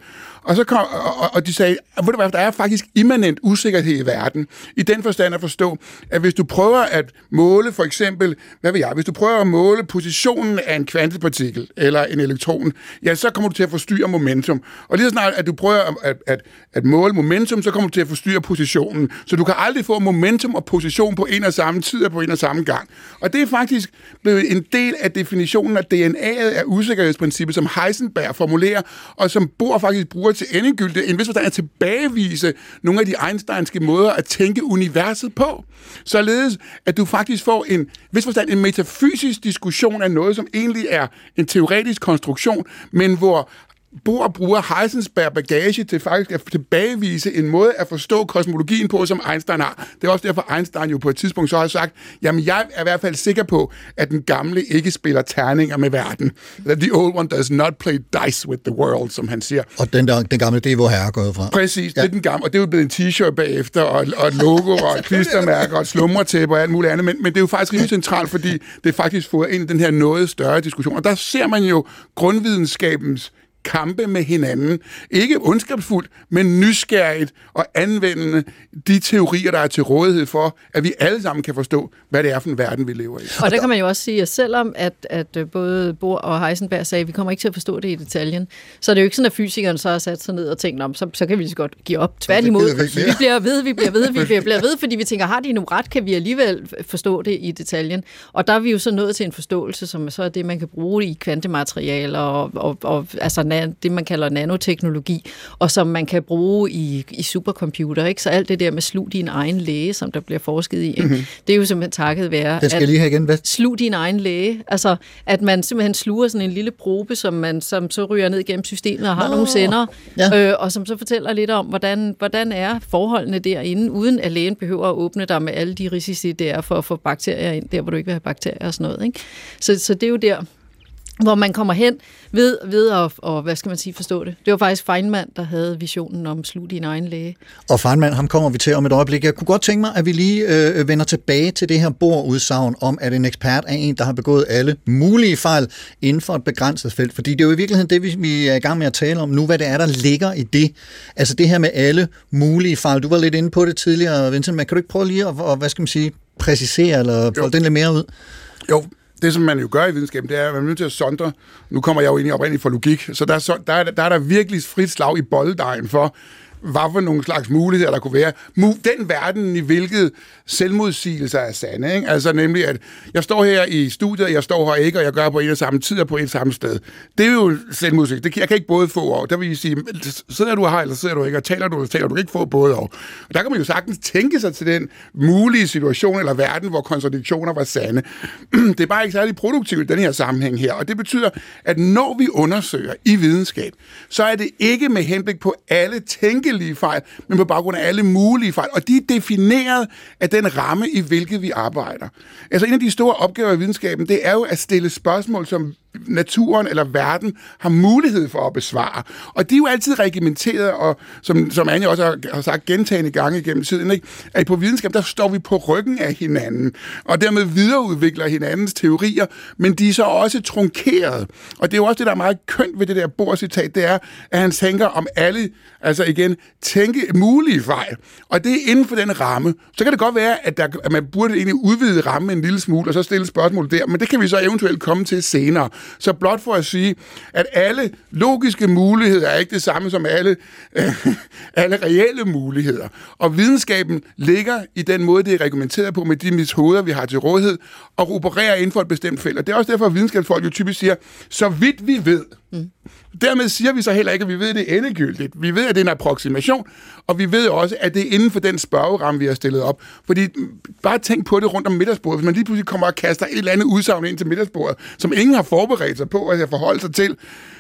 Og, så kom, og, og de sagde, ved du hvad, der er faktisk immanent usikkerhed i verden, i den forstand at forstå, at hvis du prøver at måle for eksempel, hvad ved jeg, hvis du prøver at måle positionen af en kvantepartikel eller en elektron, ja, så kommer du til at forstyrre momentum. Og lige så snart, at du prøver at, at, at måle momentum, så kommer du til at forstyrre positionen. Så du kan aldrig få momentum og position på en og samme tid og på en og samme gang. Og det er faktisk blevet en del af definitionen af D N A'et af usikkerhedsprincippet, som Heisenberg formulerer, og som Bohr faktisk bruger til endegyldigt, en vis forstand at tilbagevise nogle af de einsteinske måder at tænke universet på. Således, at du faktisk får en vis forstand en metafysisk diskussion af noget, som egentlig er en teoretisk konstruktion, men hvor Bohr bruger Heisenberg bagage til faktisk at tilbagevise en måde at forstå kosmologien på, som Einstein har. Det er også derfor, Einstein jo på et tidspunkt så har sagt, jamen jeg er i hvert fald sikker på, at den gamle ikke spiller terninger med verden. That the old one does not play dice with the world, som han siger. Og den, der, den gamle, det er hvor herre er gået fra. Præcis, ja. Det er den gamle, og det er jo blevet en t-shirt bagefter, og, og et logo, og et klistermærke, og et slumretæppe og alt muligt andet, men, men det er jo faktisk rimelig centralt, fordi det er faktisk fået ind i den her noget større diskussion. Og der ser man jo grundvidenskabens kampe med hinanden. Ikke ondskabsfuldt, men nysgerrigt og anvendende de teorier, der er til rådighed for, at vi alle sammen kan forstå, hvad det er for en verden, vi lever i. Og der kan man jo også sige, at selvom at, at både Bohr og Heisenberg sagde, at vi kommer ikke til at forstå det i detaljen, så er det jo ikke sådan, at fysikeren så har sat sig ned og tænkt, om, så, så kan vi så godt give op. Tværtimod, vi bliver ved, vi bliver ved, vi bliver, bliver ved, fordi vi tænker, har de nu ret, kan vi alligevel forstå det i detaljen. Og der er vi jo så nået til en forståelse, som så er det, man kan bruge i kvantematerialer og, og, og altså det, man kalder nanoteknologi, og som man kan bruge i, i supercomputer, ikke? Så alt det der med slug din egen læge, som der bliver forsket i, mm-hmm. det er jo simpelthen takket være, det skal jeg lige have igen. Hvad? Slug din egen læge. Altså, at man simpelthen sluger sådan en lille probe, som man som så ryger ned gennem systemet og har Nå, nogle sender, ja. øh, og som så fortæller lidt om, hvordan, hvordan er forholdene derinde, uden at lægen behøver at åbne dig med alle de risici, det er for at få bakterier ind, der hvor du ikke vil have bakterier og sådan noget. Ikke? Så, så det er jo der, hvor man kommer hen ved, ved at, og, hvad skal man sige, forstå det. Det var faktisk Feynman, der havde visionen om slug din egen læge. Og Feynman, ham kommer vi til om et øjeblik. Jeg kunne godt tænke mig, at vi lige øh, vender tilbage til det her Bohr-udsagn om, at en ekspert er en, der har begået alle mulige fejl inden for et begrænset felt. Fordi det er jo i virkeligheden det, vi, vi er i gang med at tale om nu, hvad det er, der ligger i det. Altså det her med alle mulige fejl. Du var lidt inde på det tidligere, Vincent, men kan du ikke prøve lige at, og, hvad skal man sige, præcisere eller folde den lidt mere ud? Jo. Det, som man jo gør i videnskaben, det er, at man er nødt til at sondre. Nu kommer jeg jo ind i oprindeligt for logik, så der er, så, der, er, der er der virkelig frit slag i bolddejen for, hvad for nogle slags muligheder, der kunne være. Den verden, i hvilket selvmodsigelser er sande. Ikke? Altså nemlig, at jeg står her i studiet, jeg står her ikke, og jeg gør på en og samme tid og på et samme sted. Det er jo selvmodsigelse. Jeg kan ikke både få over. Der vil jeg sige, sidder du her, eller sidder du ikke, og taler du, eller taler du, du kan ikke få både over. Og der kan man jo sagtens tænke sig til den mulige situation eller verden, hvor kontradiktioner var sande. Det er bare ikke særlig produktivt, den her sammenhæng her. Og det betyder, at når vi undersøger i videnskab, så er det ikke med henblik på alle tænkelige fejl, men på baggrund af alle mulige fejl. Og de er defineret af den ramme, i hvilket vi arbejder. Altså en af de store opgaver i videnskaben, det er jo at stille spørgsmål, som naturen eller verden har mulighed for at besvare. Og de er jo altid regimenteret, og som, som Anja også har, har sagt gentagne gange igennem tiden, ikke? At på videnskab, der står vi på ryggen af hinanden, og dermed videreudvikler hinandens teorier, men de er så også trunkeret. Og det er jo også det, der er meget kønt ved det der Bohr-citat, det er, at han tænker om alle, altså igen, tænke mulige fejl. Og det er inden for den ramme. Så kan det godt være, at, der, at man burde egentlig udvide rammen en lille smule, og så stille spørgsmål der, men det kan vi så eventuelt komme til senere. Så blot for at sige, at alle logiske muligheder er ikke det samme som alle, øh, alle reelle muligheder. Og videnskaben ligger i den måde, det er argumenteret på med de metoder, vi har til rådighed, og opererer inden for et bestemt felt. Og det er også derfor, at videnskabsfolk jo typisk siger, så vidt vi ved. Mm. Dermed siger vi så heller ikke, at vi ved det endegyldigt. Vi ved, at det er en approximation, og vi ved også, at det er inden for den spørgeramme, vi har stillet op. Fordi bare tænk på det rundt om middagsbordet. Hvis man lige pludselig kommer og kaster et eller andet udsagn ind til middagsbordet, som ingen har forberedt sig på, at jeg forholde sig til.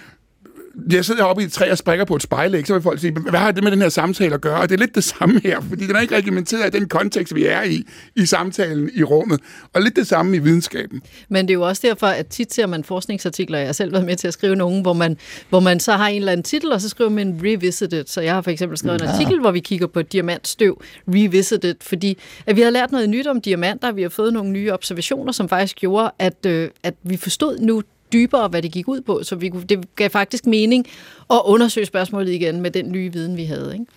Jeg sidder heroppe i et træ og springer på et spejlæg, så vil folk sige, hvad har det med den her samtale at gøre? Og det er lidt det samme her, fordi den er ikke regimenteret af den kontekst, vi er i, i samtalen i rummet. Og lidt det samme i videnskaben. Men det er jo også derfor, at tit ser man forskningsartikler, jeg har selv været med til at skrive nogen, hvor man, hvor man så har en eller anden titel, og så skriver man Revisited. Så jeg har for eksempel skrevet en artikel, hvor vi kigger på diamantstøv, Revisited, fordi at vi har lært noget nyt om diamanter, vi har fået nogle nye observationer, som faktisk gjorde, at, øh, at vi forstod nu dybere, hvad det gik ud på, så vi kunne, det gav faktisk mening at undersøge spørgsmålet igen med den nye viden, vi havde, ikke?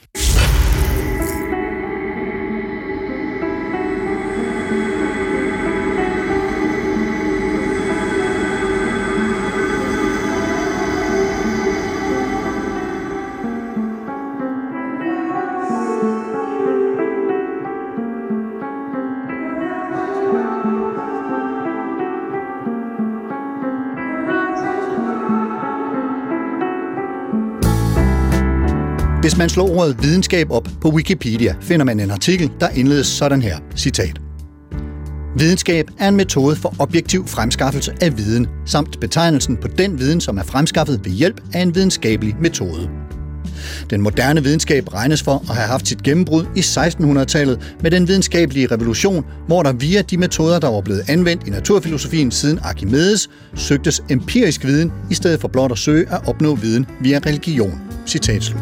Hvis man slår ordet videnskab op på Wikipedia, finder man en artikel, der indledes sådan her, citat. Videnskab er en metode for objektiv fremskaffelse af viden, samt betegnelsen på den viden, som er fremskaffet ved hjælp af en videnskabelig metode. Den moderne videnskab regnes for at have haft sit gennembrud i sekstenhundredetallet med den videnskabelige revolution, hvor der via de metoder, der var blevet anvendt i naturfilosofien siden Archimedes, søgtes empirisk viden i stedet for blot at søge at opnå viden via religion. Citat slut.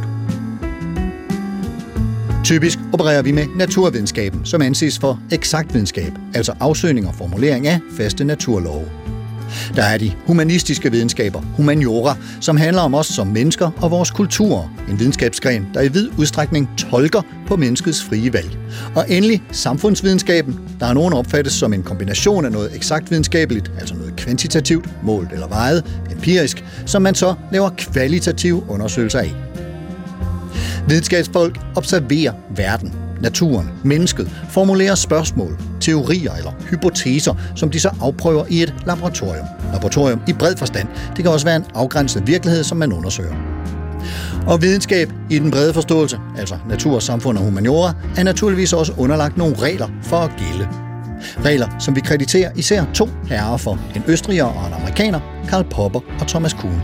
Typisk opererer vi med naturvidenskaben, som anses for eksakt videnskab, altså afsøgning og formulering af faste naturlove. Der er de humanistiske videnskaber, humaniora, som handler om os som mennesker og vores kultur. En videnskabsgren, der i vid udstrækning tolker på menneskets frie valg. Og endelig samfundsvidenskaben, der er nogen opfattes som en kombination af noget eksakt videnskabeligt, altså noget kvantitativt, målt eller vejet, empirisk, som man så laver kvalitative undersøgelser af. Videnskabsfolk observerer verden, naturen, mennesket, formulerer spørgsmål, teorier eller hypoteser, som de så afprøver i et laboratorium. Laboratorium i bred forstand. Det kan også være en afgrænset virkelighed, som man undersøger. Og videnskab i den brede forståelse, altså natur, samfund og humaniora, er naturligvis også underlagt nogle regler for at gælde. Regler, som vi krediterer især to herrer for, en østriger og en amerikaner, Karl Popper og Thomas Kuhn.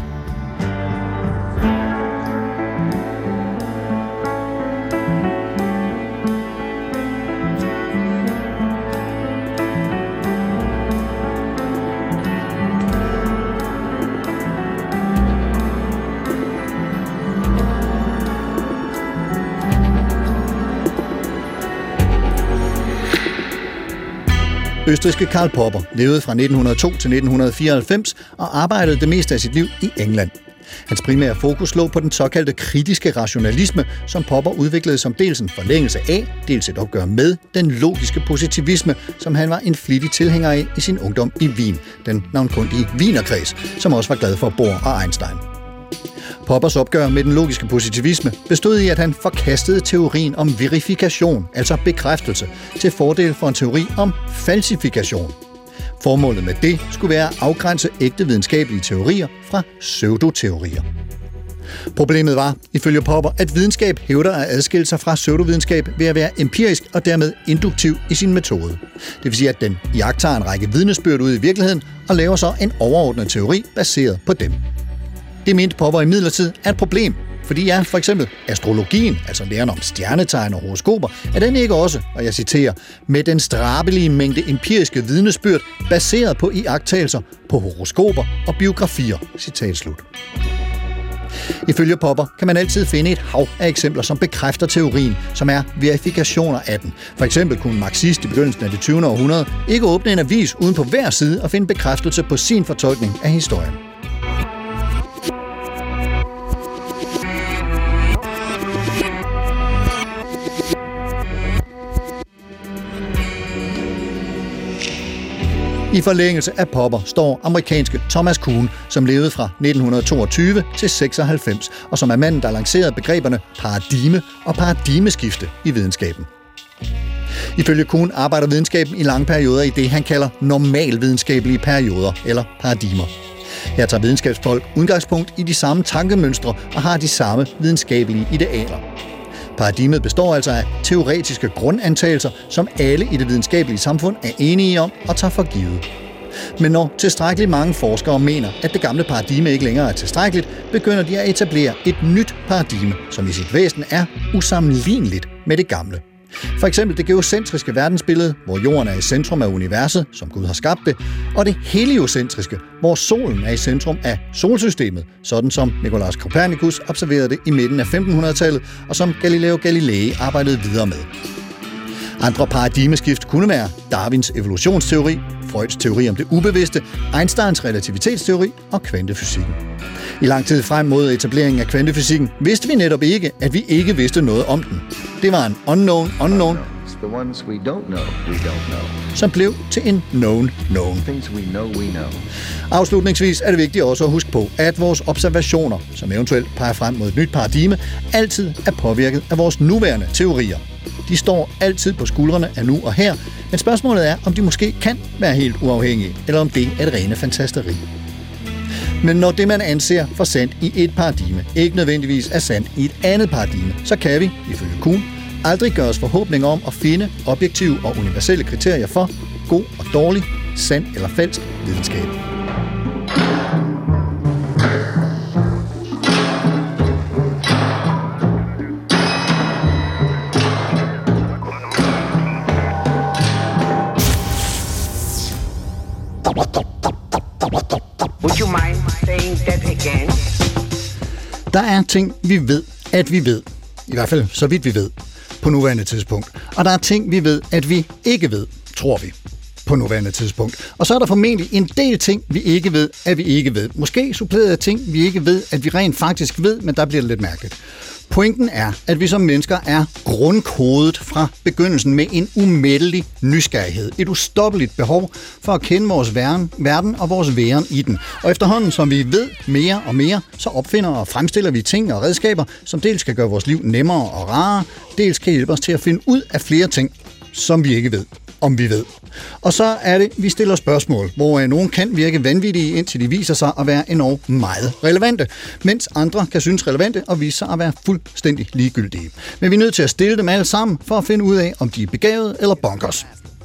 Østrigske Karl Popper levede fra nitten hundrede og to til nitten fireoghalvfems og arbejdede det meste af sit liv i England. Hans primære fokus lå på den såkaldte kritiske rationalisme, som Popper udviklede som dels en forlængelse af, dels et opgør med den logiske positivisme, som han var en flittig tilhænger af i sin ungdom i Wien, den navnkundige Wienerkreds, som også var glad for Bohr og Einstein. Poppers opgør med den logiske positivisme bestod i, at han forkastede teorien om verifikation, altså bekræftelse, til fordel for en teori om falsifikation. Formålet med det skulle være at afgrænse ægte videnskabelige teorier fra pseudoteorier. Problemet var, ifølge Popper, at videnskab hævder at adskille sig fra pseudovidenskab ved at være empirisk og dermed induktiv i sin metode. Det vil sige, at den iagttager en række vidnesbyrd ud i virkeligheden og laver så en overordnet teori baseret på dem. Det mente Popper imidlertid er et problem, fordi ja, for eksempel astrologien, altså læren om stjernetegn og horoskoper, er den ikke også, og jeg citerer, med den strabelige mængde empiriske vidnesbyrd baseret på iagttagelser på horoskoper og biografier. Citat slut. Ifølge Popper kan man altid finde et hav af eksempler, som bekræfter teorien, som er verifikationer af den. For eksempel kunne en marxist i begyndelsen af det tyvende århundrede ikke åbne en avis uden på hver side og finde bekræftelse på sin fortolkning af historien. I forlængelse af Popper står amerikanske Thomas Kuhn, som levede fra nitten toogtyve til seksoghalvfems, og som er manden, der lancerede begreberne paradigme og paradigmeskifte i videnskaben. Ifølge Kuhn arbejder videnskaben i lange perioder i det, han kalder normalvidenskabelige perioder eller paradigmer. Her tager videnskabsfolk udgangspunkt i de samme tankemønstre og har de samme videnskabelige idealer. Paradigmet består altså af teoretiske grundantagelser, som alle i det videnskabelige samfund er enige om og tager for givet. Men når tilstrækkeligt mange forskere mener, at det gamle paradigme ikke længere er tilstrækkeligt, begynder de at etablere et nyt paradigme, som i sit væsen er usammenligneligt med det gamle. For eksempel det geocentriske verdensbillede, hvor jorden er i centrum af universet, som Gud har skabt det, og det heliocentriske, hvor solen er i centrum af solsystemet, sådan som Nicolaus Copernicus observerede det i midten af femtenhundredetallet, og som Galileo Galilei arbejdede videre med. Andre paradigmeskift kunne være Darwins evolutionsteori, Freuds teori om det ubevidste, Einsteins relativitetsteori og kvantefysikken. I lang tid frem mod etableringen af kvantefysikken vidste vi netop ikke, at vi ikke vidste noget om den. Det var en unknown unknown, The ones we don't know, we don't know. som blev til en known known. Things we know, we know. Afslutningsvis er det vigtigt også at huske på, at vores observationer, som eventuelt peger frem mod et nyt paradigme, altid er påvirket af vores nuværende teorier. De står altid på skuldrene af nu og her, men spørgsmålet er, om de måske kan være helt uafhængige, eller om det er et rene fantasteri. Men når det, man anser for sandt i et paradigme, ikke nødvendigvis er sandt i et andet paradigme, så kan vi, ifølge Kuhn, aldrig gøre os forhåbninger om at finde objektive og universelle kriterier for god og dårlig, sand eller falsk videnskab. Would you mind saying that again? Der er ting, vi ved, at vi ved. I hvert fald så vidt vi ved på nuværende tidspunkt. Og der er ting, vi ved, at vi ikke ved, tror vi, på nuværende tidspunkt. Og så er der formentlig en del ting, vi ikke ved, at vi ikke ved. Måske suppleret af ting, vi ikke ved, at vi rent faktisk ved, men der bliver det lidt mærkeligt. Pointen er, at vi som mennesker er grundkodet fra begyndelsen med en umættelig nysgerrighed. Et ustoppeligt behov for at kende vores verden og vores væren i den. Og efterhånden, som vi ved mere og mere, så opfinder og fremstiller vi ting og redskaber, som dels kan gøre vores liv nemmere og rarere, dels kan hjælpe os til at finde ud af flere ting, som vi ikke ved, om vi ved. Og så er det, vi stiller spørgsmål, hvor nogen kan virke vanvittige, indtil de viser sig at være enormt meget relevante, mens andre kan synes relevante og vise sig at være fuldstændig ligegyldige. Men vi er nødt til at stille dem alle sammen for at finde ud af, om de er begavede eller bonkers.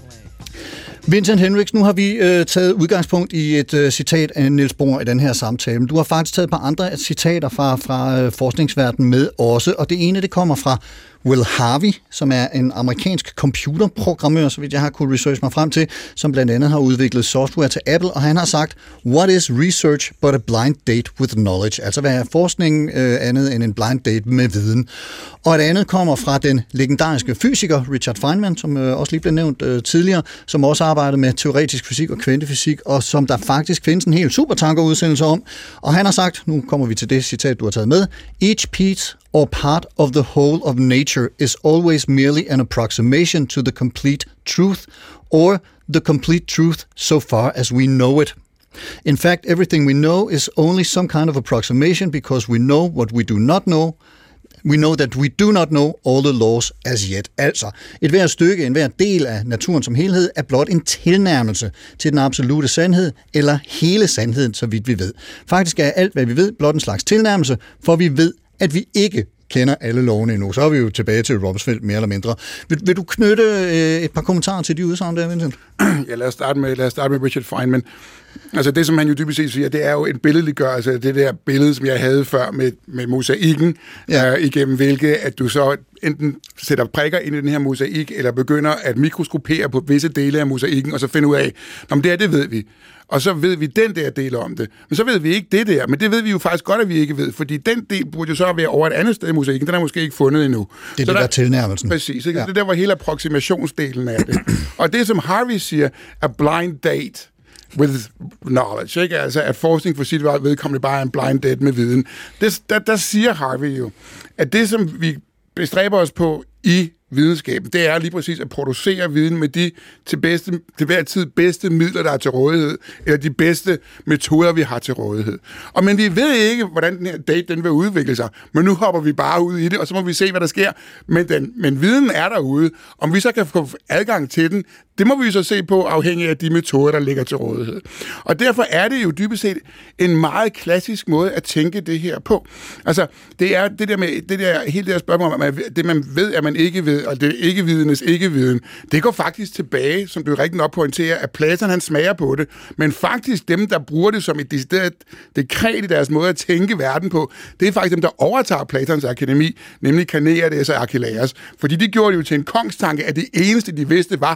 Vincent Hendricks, nu har vi øh, taget udgangspunkt i et øh, citat af Niels Bohr i den her samtale. Du har faktisk taget et par andre citater fra, fra øh, forskningsverdenen med også, og det ene, det kommer fra Will Harvey, som er en amerikansk computerprogrammør, så vidt jeg har kunne research mig frem til, som blandt andet har udviklet software til Apple, og han har sagt, what is research but a blind date with knowledge? Altså, hvad er forskningen øh, andet end en blind date med viden? Og et andet kommer fra den legendariske fysiker Richard Feynman, som øh, også lige blev nævnt øh, tidligere, som også arbejdede med teoretisk fysik og kvantefysik, og som der faktisk findes en hel supertanker-udsendelse om. Og han har sagt, nu kommer vi til det citat, du har taget med, each piece or part of the whole of nature is always merely an approximation to the complete truth, or the complete truth so far as we know it. In fact, everything we know is only some kind of approximation because we know what we do not know. We know that we do not know all the laws as yet. Altså, et hvert stykke, en hver del af naturen som helhed er blot en tilnærmelse til den absolute sandhed, eller hele sandheden, så vidt vi ved. Faktisk er alt, hvad vi ved, blot en slags tilnærmelse, for vi ved, at vi ikke kender alle lovene endnu. Så er vi jo tilbage til Rumsfeld, mere eller mindre. Vil, vil du knytte øh, et par kommentarer til de udsagn der, Vincent? Ja, lad os starte med, lad os starte med Richard Feynman. Altså det, som han jo dybest set siger, det er jo en billedliggørelse af det der billede, som jeg havde før med, med mosaikken, ja. øh, igennem hvilket, at du så enten sætter prikker ind i den her mosaik, eller begynder at mikroskopere på visse dele af mosaikken, og så finde ud af, om det er, det ved vi. Og så ved vi den der del om det. Men så ved vi ikke det der. Men det ved vi jo faktisk godt, at vi ikke ved. Fordi den del burde jo så være over et andet sted i mosaikken. Den er måske ikke fundet endnu. Det er så det der, der tilnærmelsen. Præcis. Ikke? Ja. Det der var hele approximationsdelen af det. Og det, som Harvey siger, er blind date with knowledge. Ikke? Altså, at forskning for sit vedkommende bare er en blind date med viden. Det, der, der siger Harvey jo, at det, som vi bestræber os på i videnskaben, det er lige præcis at producere viden med de til, bedste, til hver tid bedste midler, der er til rådighed, eller de bedste metoder, vi har til rådighed. Og men vi ved ikke, hvordan den her date den vil udvikle sig, men nu hopper vi bare ud i det, og så må vi se, hvad der sker. Men, den, men viden er derude. Om vi så kan få adgang til den, det må vi så se på, afhængig af de metoder, der ligger til rådighed. Og derfor er det jo dybest set en meget klassisk måde at tænke det her på. Altså, det er det der med, det der, hele det her spørgsmål om, at det man ved, at man ikke ved, og det ikke-videndes ikke-viden, det går faktisk tilbage, som du rigtig nok pointerer, at Platon han smager på det, men faktisk dem, der bruger det som et decideret dekret i deres måde at tænke verden på, det er faktisk dem, der overtager Platons akademi, nemlig Karneades og Archelaus. Fordi de gjorde det jo til en kongstanke, at det eneste, de vidste, var, at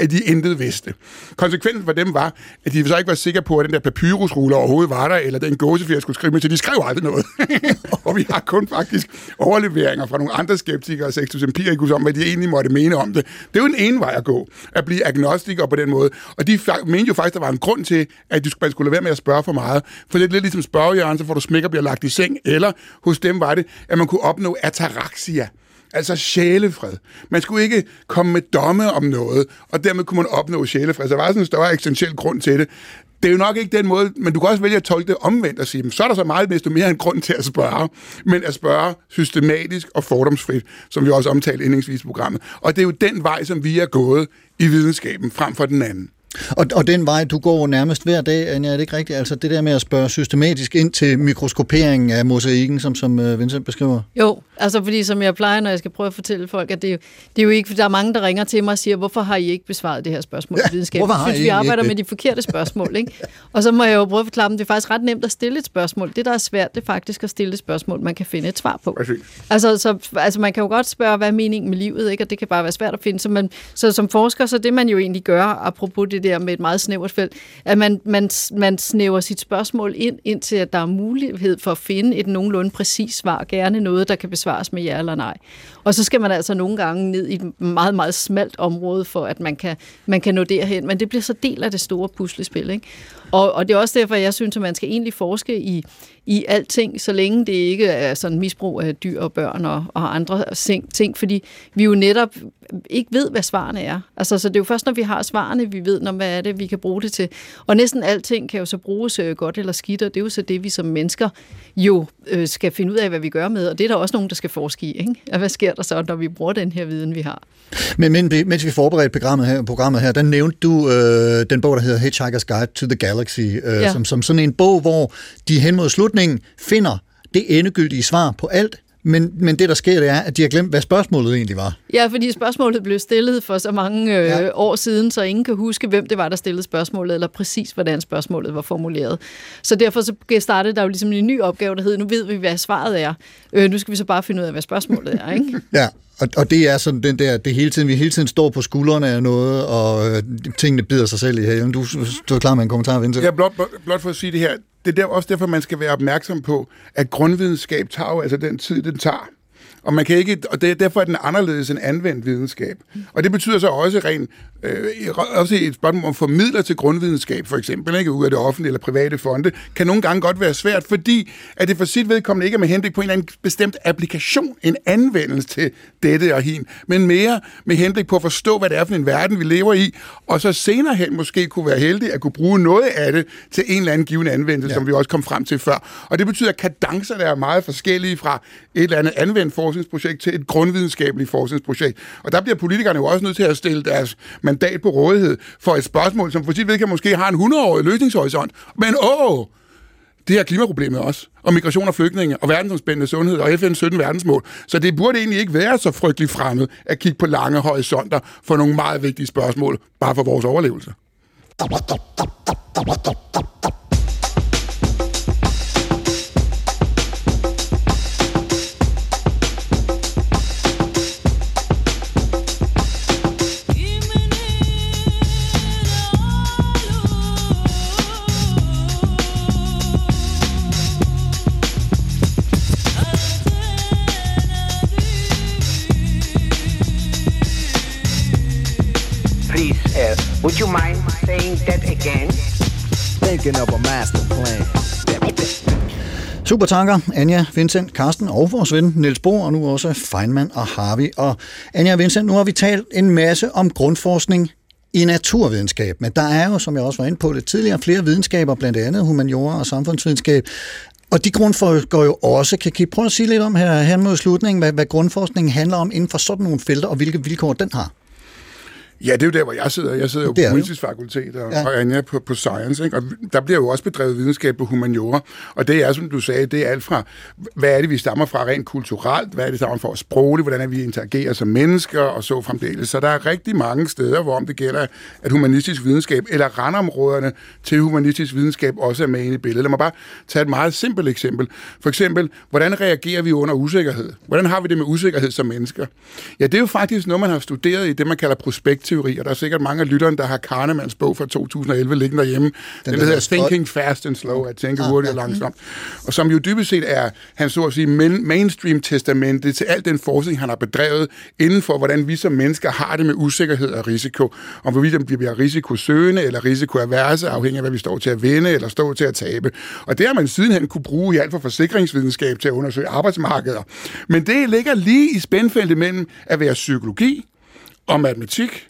at de intet vidste. Konsekvensen for dem var, at de så ikke var sikre på, at den der papyrusrulle overhovedet var der, eller den gåsefjer skulle skrive med, så de skrev aldrig noget. Og vi har kun faktisk overleveringer fra nogle andre skeptikere, Sextus Empiricus, om hvad de egentlig måtte mene om det. Det er jo den ene vej at gå, at blive agnostiker på den måde. Og de mente jo faktisk, der var en grund til, at du skulle lade være med at spørge for meget. For det er lidt ligesom spørgehjørnet, så får du smækker bliver lagt i seng, eller hos dem var det, at man kunne opnå ataraxia. Altså sjælefred. Man skulle ikke komme med domme om noget, og dermed kunne man opnå sjælefred. Så der var sådan en større eksistentiel grund til det. Det er jo nok ikke den måde, men du kan også vælge at tolke det omvendt og sige, så er der så meget desto mere en grund til at spørge, men at spørge systematisk og fordomsfrit, som vi også omtalte indlægsvis i programmet. Og det er jo den vej, som vi er gået i videnskaben, frem for den anden. Og, og den vej, du går nærmest hver dag, Anja, er det ikke rigtigt? Altså det der med at spørge systematisk ind til mikroskoperingen af mosaikken, som, som Vincent beskriver? Jo, altså fordi som jeg plejer, når jeg skal prøve at fortælle folk, at det er jo, det er jo ikke, der er mange, der ringer til mig og siger, hvorfor har I ikke besvaret det her spørgsmål i videnskaben? Jeg synes, vi arbejder med de forkerte spørgsmål, ikke? Og så må jeg jo prøve at forklare dem, det er faktisk ret nemt at stille et spørgsmål. Det, der er svært, det er faktisk at stille et spørgsmål, man kan finde et svar på. Altså, så, altså man kan jo godt spørge, hvad er meningen med livet, ikke? Og det kan bare være svært at finde. Så, man, så som forsker, så det man jo egentlig gør, apropos det der med et meget snævert felt, at man, man, man snæver sit spørgsmål ind, indtil at der er mulighed for at finde et nogenlunde præcis svar, gerne noget, der kan besvares med ja eller nej. Og så skal man altså nogle gange ned i et meget, meget smalt område, for at man kan, man kan nå derhen, men det bliver så del af det store puslespil, ikke? Og, og det er også derfor, jeg synes, at man skal egentlig forske i, i alting, så længe det ikke er sådan misbrug af dyr og børn og, og andre ting, fordi vi jo netop ikke ved, hvad svarene er. Altså, så det er jo først, når vi har svarene, vi ved, når, hvad er det, vi kan bruge det til. Og næsten alting kan jo så bruges øh, godt eller skidt, og det er jo så det, vi som mennesker jo øh, skal finde ud af, hvad vi gør med, og det er der også nogen, der skal forske i, ikke? Og hvad sker der så, når vi bruger den her viden, vi har? Men, men mens vi forberedte programmet her, programmet her der nævnte du øh, den bog, der hedder Hitchhiker's Guide to the Galaxy, øh, ja. som, som sådan en bog, hvor de hen mod slutningen finder det endegyldige svar på alt, men, men det, der sker, det er, at de har glemt, hvad spørgsmålet egentlig var. Ja, fordi spørgsmålet blev stillet for så mange øh, ja. år siden, så ingen kan huske, hvem det var, der stillede spørgsmålet, eller præcis, hvordan spørgsmålet var formuleret. Så derfor så startede der jo ligesom en ny opgave, der hed, nu ved vi, hvad svaret er. Øh, nu skal vi så bare finde ud af, hvad spørgsmålet er, ikke? Ja. Og, og det er sådan den der, det hele tiden, vi hele tiden står på skuldrene af noget, og øh, tingene bider sig selv i halen. Du, du er klar med en kommentar, Vincent? Ja, blot, blot, blot for at sige det her. Det er der, også derfor, man skal være opmærksom på, at grundvidenskab tager jo altså den tid, den tager. Og man kan ikke, og det er derfor er den anderledes end anvendt videnskab. Og det betyder så også rent, øh, også et spørgsmål om formidler til grundvidenskab, for eksempel, ikke, ud af det offentlige eller private fonde, kan nogle gange godt være svært, fordi at det for sit vedkommende ikke er med henblik på en eller anden bestemt applikation, en anvendelse til dette og hin, men mere med henblik på at forstå, hvad det er for en verden, vi lever i, og så senere hen måske kunne være heldig at kunne bruge noget af det til en eller anden given anvendelse, ja. Som vi også kom frem til før. Og det betyder, at kadencerne er meget forskellige fra et eller andet anvendt forskningsprojekt til et grundvidenskabeligt forskningsprojekt. Og der bliver politikerne jo også nødt til at stille deres mandat på rådighed for et spørgsmål, som for sit vedkommende måske har en hundrede-årig løsningshorisont. Men åh, det her klimaproblemet også, og migration og flygtninge, og verdensomspændende sundhed, og F N's sytten verdensmål. Så det burde egentlig ikke være så frygteligt fremmed at kigge på lange horisonter for nogle meget vigtige spørgsmål, bare for vores overlevelse. Would you mind saying that again? Thinking of a master plan. Super tanker, Anja, Vincent, Carsten og vores ven Niels Bohr, og nu også Feynman og Harvey. Og Anja og Vincent, nu har vi talt en masse om grundforskning i naturvidenskab, men der er jo, som jeg også var inde på lidt tidligere, flere videnskaber, blandt andet humaniora og samfundsvidenskab. Og de grundforskere jo også, kan I prøve at sige lidt om her, her mod slutningen, hvad, hvad grundforskningen handler om inden for sådan nogle felter, og hvilke vilkår den har? Ja, det er jo der, hvor jeg sidder. Jeg sidder jo på Politisk Fakultet og, ja. og Anja på, på Science, ikke? Og der bliver jo også bedrevet videnskab på humaniora, og det er, som du sagde, det er alt fra, hvad er det, vi stammer fra rent kulturelt, hvad er det, stammer fra sprogligt, hvordan er vi interagerer som mennesker, og så fremdeles. Så der er rigtig mange steder, hvor det gælder, at humanistisk videnskab, eller randområderne til humanistisk videnskab, også er med inde i billedet. Lad mig bare tage et meget simpelt eksempel. For eksempel, hvordan reagerer vi under usikkerhed? Hvordan har vi det med usikkerhed som mennesker? Ja, det er jo faktisk noget, man har studeret i det, man kalder prospekt effektteori, og der er sikkert mange af lytterne, der har Kahnemans bog fra to tusind og elleve liggende derhjemme. Den, den hedder Thinking Fast and Slow, at tænke ah, hurtigt og langsomt. Og som jo dybest set er, han så at sige, mainstream-testamentet til al den forskning, han har bedrevet inden for, hvordan vi som mennesker har det med usikkerhed og risiko. Om hvorvidt vi bliver risikosøgende eller risikoaverse, afhængig af, hvad vi står til at vinde eller står til at tabe. Og det har man sidenhen kunne bruge i alt fra forsikringsvidenskab til at undersøge arbejdsmarkeder. Men det ligger lige i spændfeltet mellem at være psykologi og matematik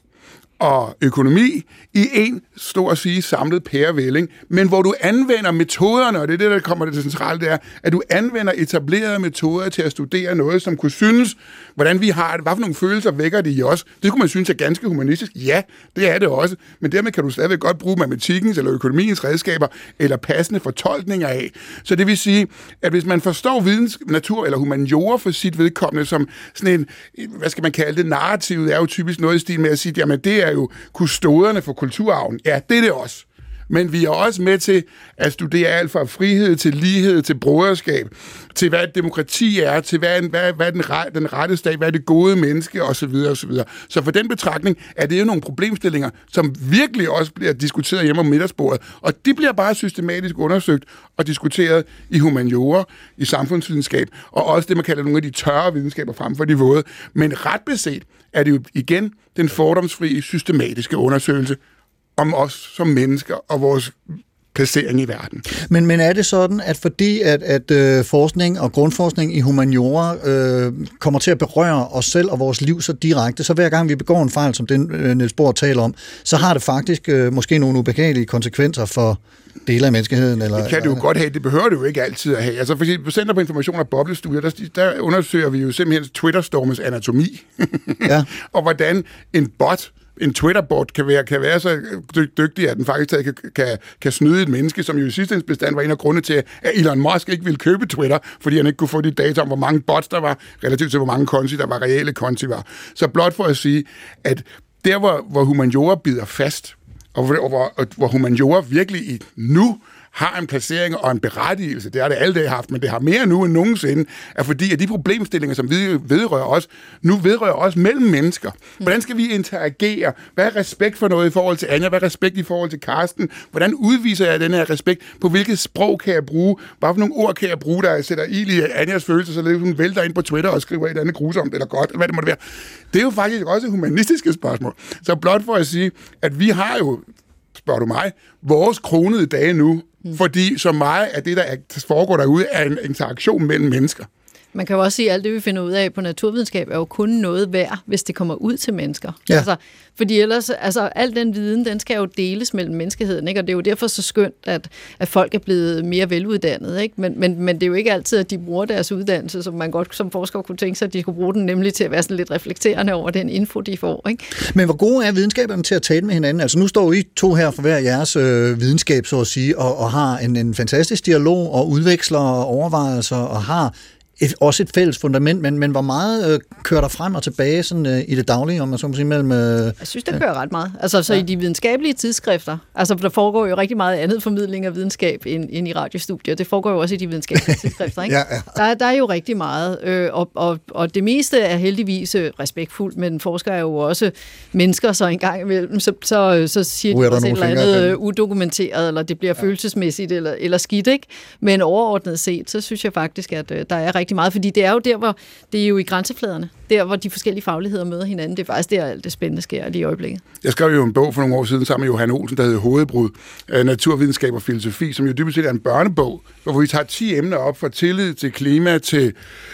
og økonomi i en, stor at sige, samlet pærevælling, men hvor du anvender metoderne, og det er det, der kommer det centrale, det er, at du anvender etablerede metoder til at studere noget, som kunne synes, hvordan vi har det, hvad for nogle følelser vækker det i os. Det kunne man synes er ganske humanistisk. Ja, det er det også, men dermed kan du stadigvæk godt bruge matematikkens eller økonomiens redskaber eller passende fortolkninger af. Så det vil sige, at hvis man forstår videns, natur eller humaniora for sit vedkommende som sådan en, hvad skal man kalde det, narrativet er jo typisk noget i stil med at sige, jamen det er jo kustoderne for kulturarven. Ja, det er det også. Men vi er også med til at studere alt fra frihed til lighed, til broderskab, til hvad demokrati er, til hvad, hvad, hvad den, ret, den rette stat, hvad er det gode menneske, osv. osv. Så for den betragtning er det jo nogle problemstillinger, som virkelig også bliver diskuteret hjemme om middagsbordet. Og de bliver bare systematisk undersøgt og diskuteret i humaniora, i samfundsvidenskab, og også det, man kalder nogle af de tørre videnskaber frem for de våde. Men ret beset er det jo igen den fordomsfrie, systematiske undersøgelse om os som mennesker og vores placering i verden. Men, men er det sådan, at fordi at, at øh, forskning og grundforskning i humaniora øh, kommer til at berøre os selv og vores liv så direkte, så hver gang vi begår en fejl, som den øh, Niels Bohr taler om, så har det faktisk øh, måske nogle ubehagelige konsekvenser for dele af menneskeheden? Eller, det kan det jo godt have, det behøver det jo ikke altid at have. Altså for eksempel på Center for Information og Boblestudier, der, der undersøger vi jo simpelthen Twitter-stormens anatomi. Ja. Og hvordan en bot en Twitter-bot kan være, kan være så dygtig, at den faktisk kan, kan, kan snyde et menneske, som jo i sidste bestand var en af grunde til, at Elon Musk ikke ville købe Twitter, fordi han ikke kunne få de data om, hvor mange bots der var, relativt til hvor mange konti, der var reelle konti var. Så blot for at sige, at der, hvor, hvor humaniora bider fast, og hvor, og hvor, og hvor humaniora virkelig i nu har en placering og en berettigelse, det har det alle dage haft, men det har mere nu end nogensinde, er fordi, at de problemstillinger, som vedrører os, nu vedrører os mellem mennesker. Hvordan skal vi interagere? Hvad er respekt for noget i forhold til Anja? Hvad er respekt i forhold til Karsten? Hvordan udviser jeg den her respekt? På hvilket sprog kan jeg bruge? Hvad for nogle ord kan jeg bruge, der sætter ild i Anjas følelser, så hun vælter ind på Twitter og skriver et eller andet grusomt eller godt, hvad det måtte være. Det er jo faktisk også humanistiske spørgsmål. Så blot for at sige, at vi har jo, spørger du mig, vores kronede dage nu, fordi så meget af det, der foregår derude, er en interaktion mellem mennesker. Man kan jo også sige, at alt det, vi finder ud af på naturvidenskab, er jo kun noget værd, hvis det kommer ud til mennesker. Ja. Altså, fordi ellers, altså, al den viden, den skal jo deles mellem menneskeheden, ikke? Og det er jo derfor så skønt, at, at folk er blevet mere veluddannede, ikke? Men, men, men det er jo ikke altid, at de bruger deres uddannelse, som man godt som forsker kunne tænke sig, at de skulle bruge den nemlig til at være sådan lidt reflekterende over den info, de får, ikke? Men hvor gode er videnskaberne til at tale med hinanden? Altså nu står I to her for hver jeres øh, videnskab, så at sige, og, og har en, en fantastisk dialog og udveksler overvejelser og har Et, også et fælles fundament, men, men hvor meget øh, kører der frem og tilbage sådan, øh, i det daglige, om man så må sige, mellem... Øh, jeg synes, der kører ret meget. Altså, så ja. I de videnskabelige tidsskrifter, altså, der foregår jo rigtig meget andet formidling af videnskab end, end i radiostudier. Det foregår jo også i de videnskabelige tidsskrifter, ikke? ja, ja. Der, der er jo rigtig meget, øh, og, og, og det meste er heldigvis respektfuldt, men forskere er jo også mennesker, så en gang imellem, så, så, så siger de også et eller andet udokumenteret, eller det bliver ja. følelsesmæssigt, eller, eller skidt, ikke? Men overordnet set, så synes jeg faktisk, at øh, der er rigtig meget, fordi det er jo der, hvor det er jo i grænsefladerne, der hvor de forskellige fagligheder møder hinanden. Det er faktisk der, alt det spændende sker lige i øjeblikket. Jeg skrev jo en bog for nogle år siden sammen med Johan Olsen, der hedder Hovedbrud, naturvidenskab og filosofi, som jo dybest set er en børnebog, hvor vi tager ti emner op fra tillid til klima, til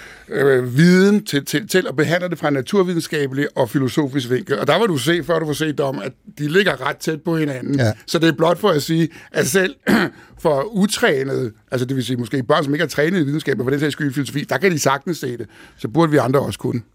øh, viden, til, til, til at behandle det fra en naturvidenskabelig og filosofisk vinkel. Og der vil du se, før du får set om, at de ligger ret tæt på hinanden. Ja. Så det er blot for at sige, at selv for utrænede, altså det vil sige måske børn, som ikke har trænet i videnskab, og for den sags skyld i filosofi, der kan de sagtens se det. Så burde vi andre også kunne.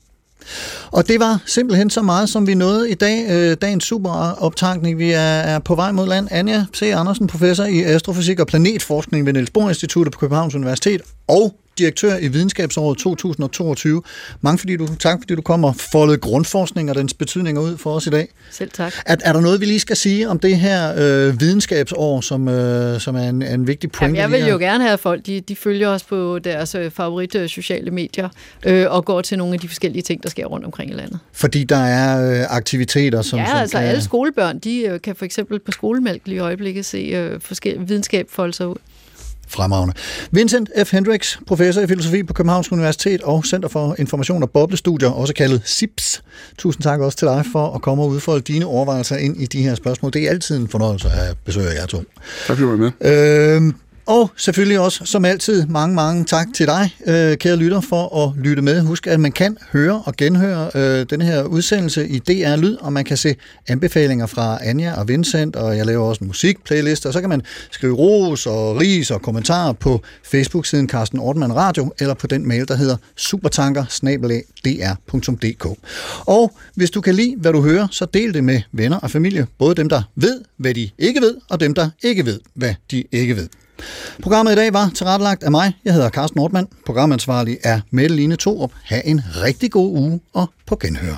Og det var simpelthen så meget, som vi nåede i dag. Øh, dagens superoptankning. Vi er, er på vej mod land. Anja C. Andersen, professor i astrofysik og planetforskning ved Niels Bohr Instituttet på Københavns Universitet, og direktør i Videnskabsåret to tusind og toogtyve. Mange fordi du, tak fordi du kom og foldede grundforskning og dens betydninger ud for os i dag. Selv tak. Er, er der noget, vi lige skal sige om det her øh, videnskabsår, som, øh, som er en, en vigtig pointe? Jamen, jeg vil jo gerne have, at folk de, de følger os på deres øh, favorit øh, sociale medier øh, og går til nogle af de forskellige ting, der sker rundt omkring i landet. Fordi der er øh, aktiviteter, som... Ja, som altså kan... alle skolebørn, de øh, kan for eksempel på Skolemælk lige i øjeblikket se øh, forskellige videnskab folde sig ud. Fremragende. Vincent F. Hendricks, professor i filosofi på Københavns Universitet og Center for Information og Boblestudier, også kaldet S I P S. Tusind tak også til dig for at komme og udfolde dine overvejelser ind i de her spørgsmål. Det er altid en fornøjelse at besøge jer to. Tak fordi du var med. Øh, Og selvfølgelig også, som altid, mange, mange tak til dig, øh, kære lytter, for at lytte med. Husk, at man kan høre og genhøre øh, den her udsendelse i D R Lyd, og man kan se anbefalinger fra Anja og Vincent, og jeg laver også en musikplaylist, og så kan man skrive ros og ris og kommentarer på Facebook-siden Carsten Ortmann Radio, eller på den mail, der hedder supertanker snabel-a d r punktum d k. Og hvis du kan lide, hvad du hører, så del det med venner og familie, både dem, der ved, hvad de ikke ved, og dem, der ikke ved, hvad de ikke ved. Programmet i dag var tilrettelagt af mig. Jeg hedder Carsten Ortmann. Programansvarlig er Mette Line Thorup. Ha' en rigtig god uge og på genhør.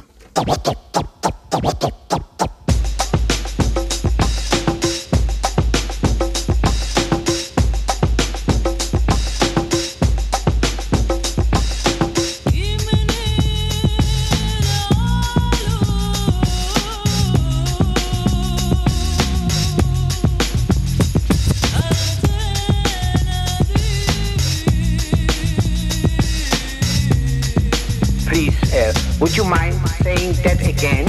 Would you mind saying that again?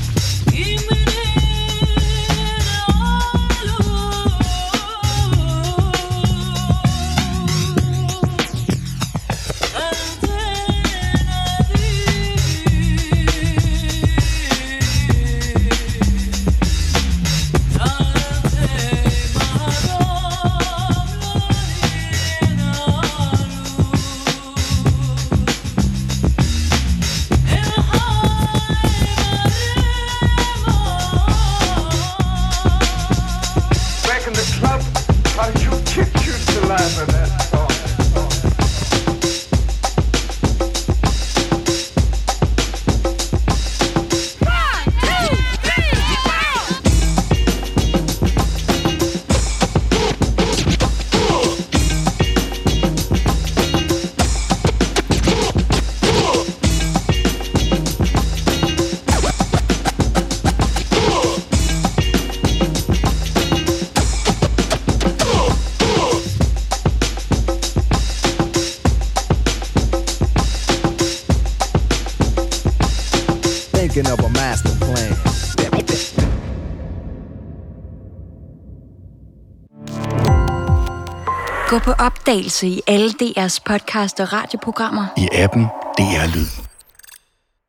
Of a master plan. Gå på opdagelse i alle D R's podcast og radioprogrammer. I appen D R Lyd.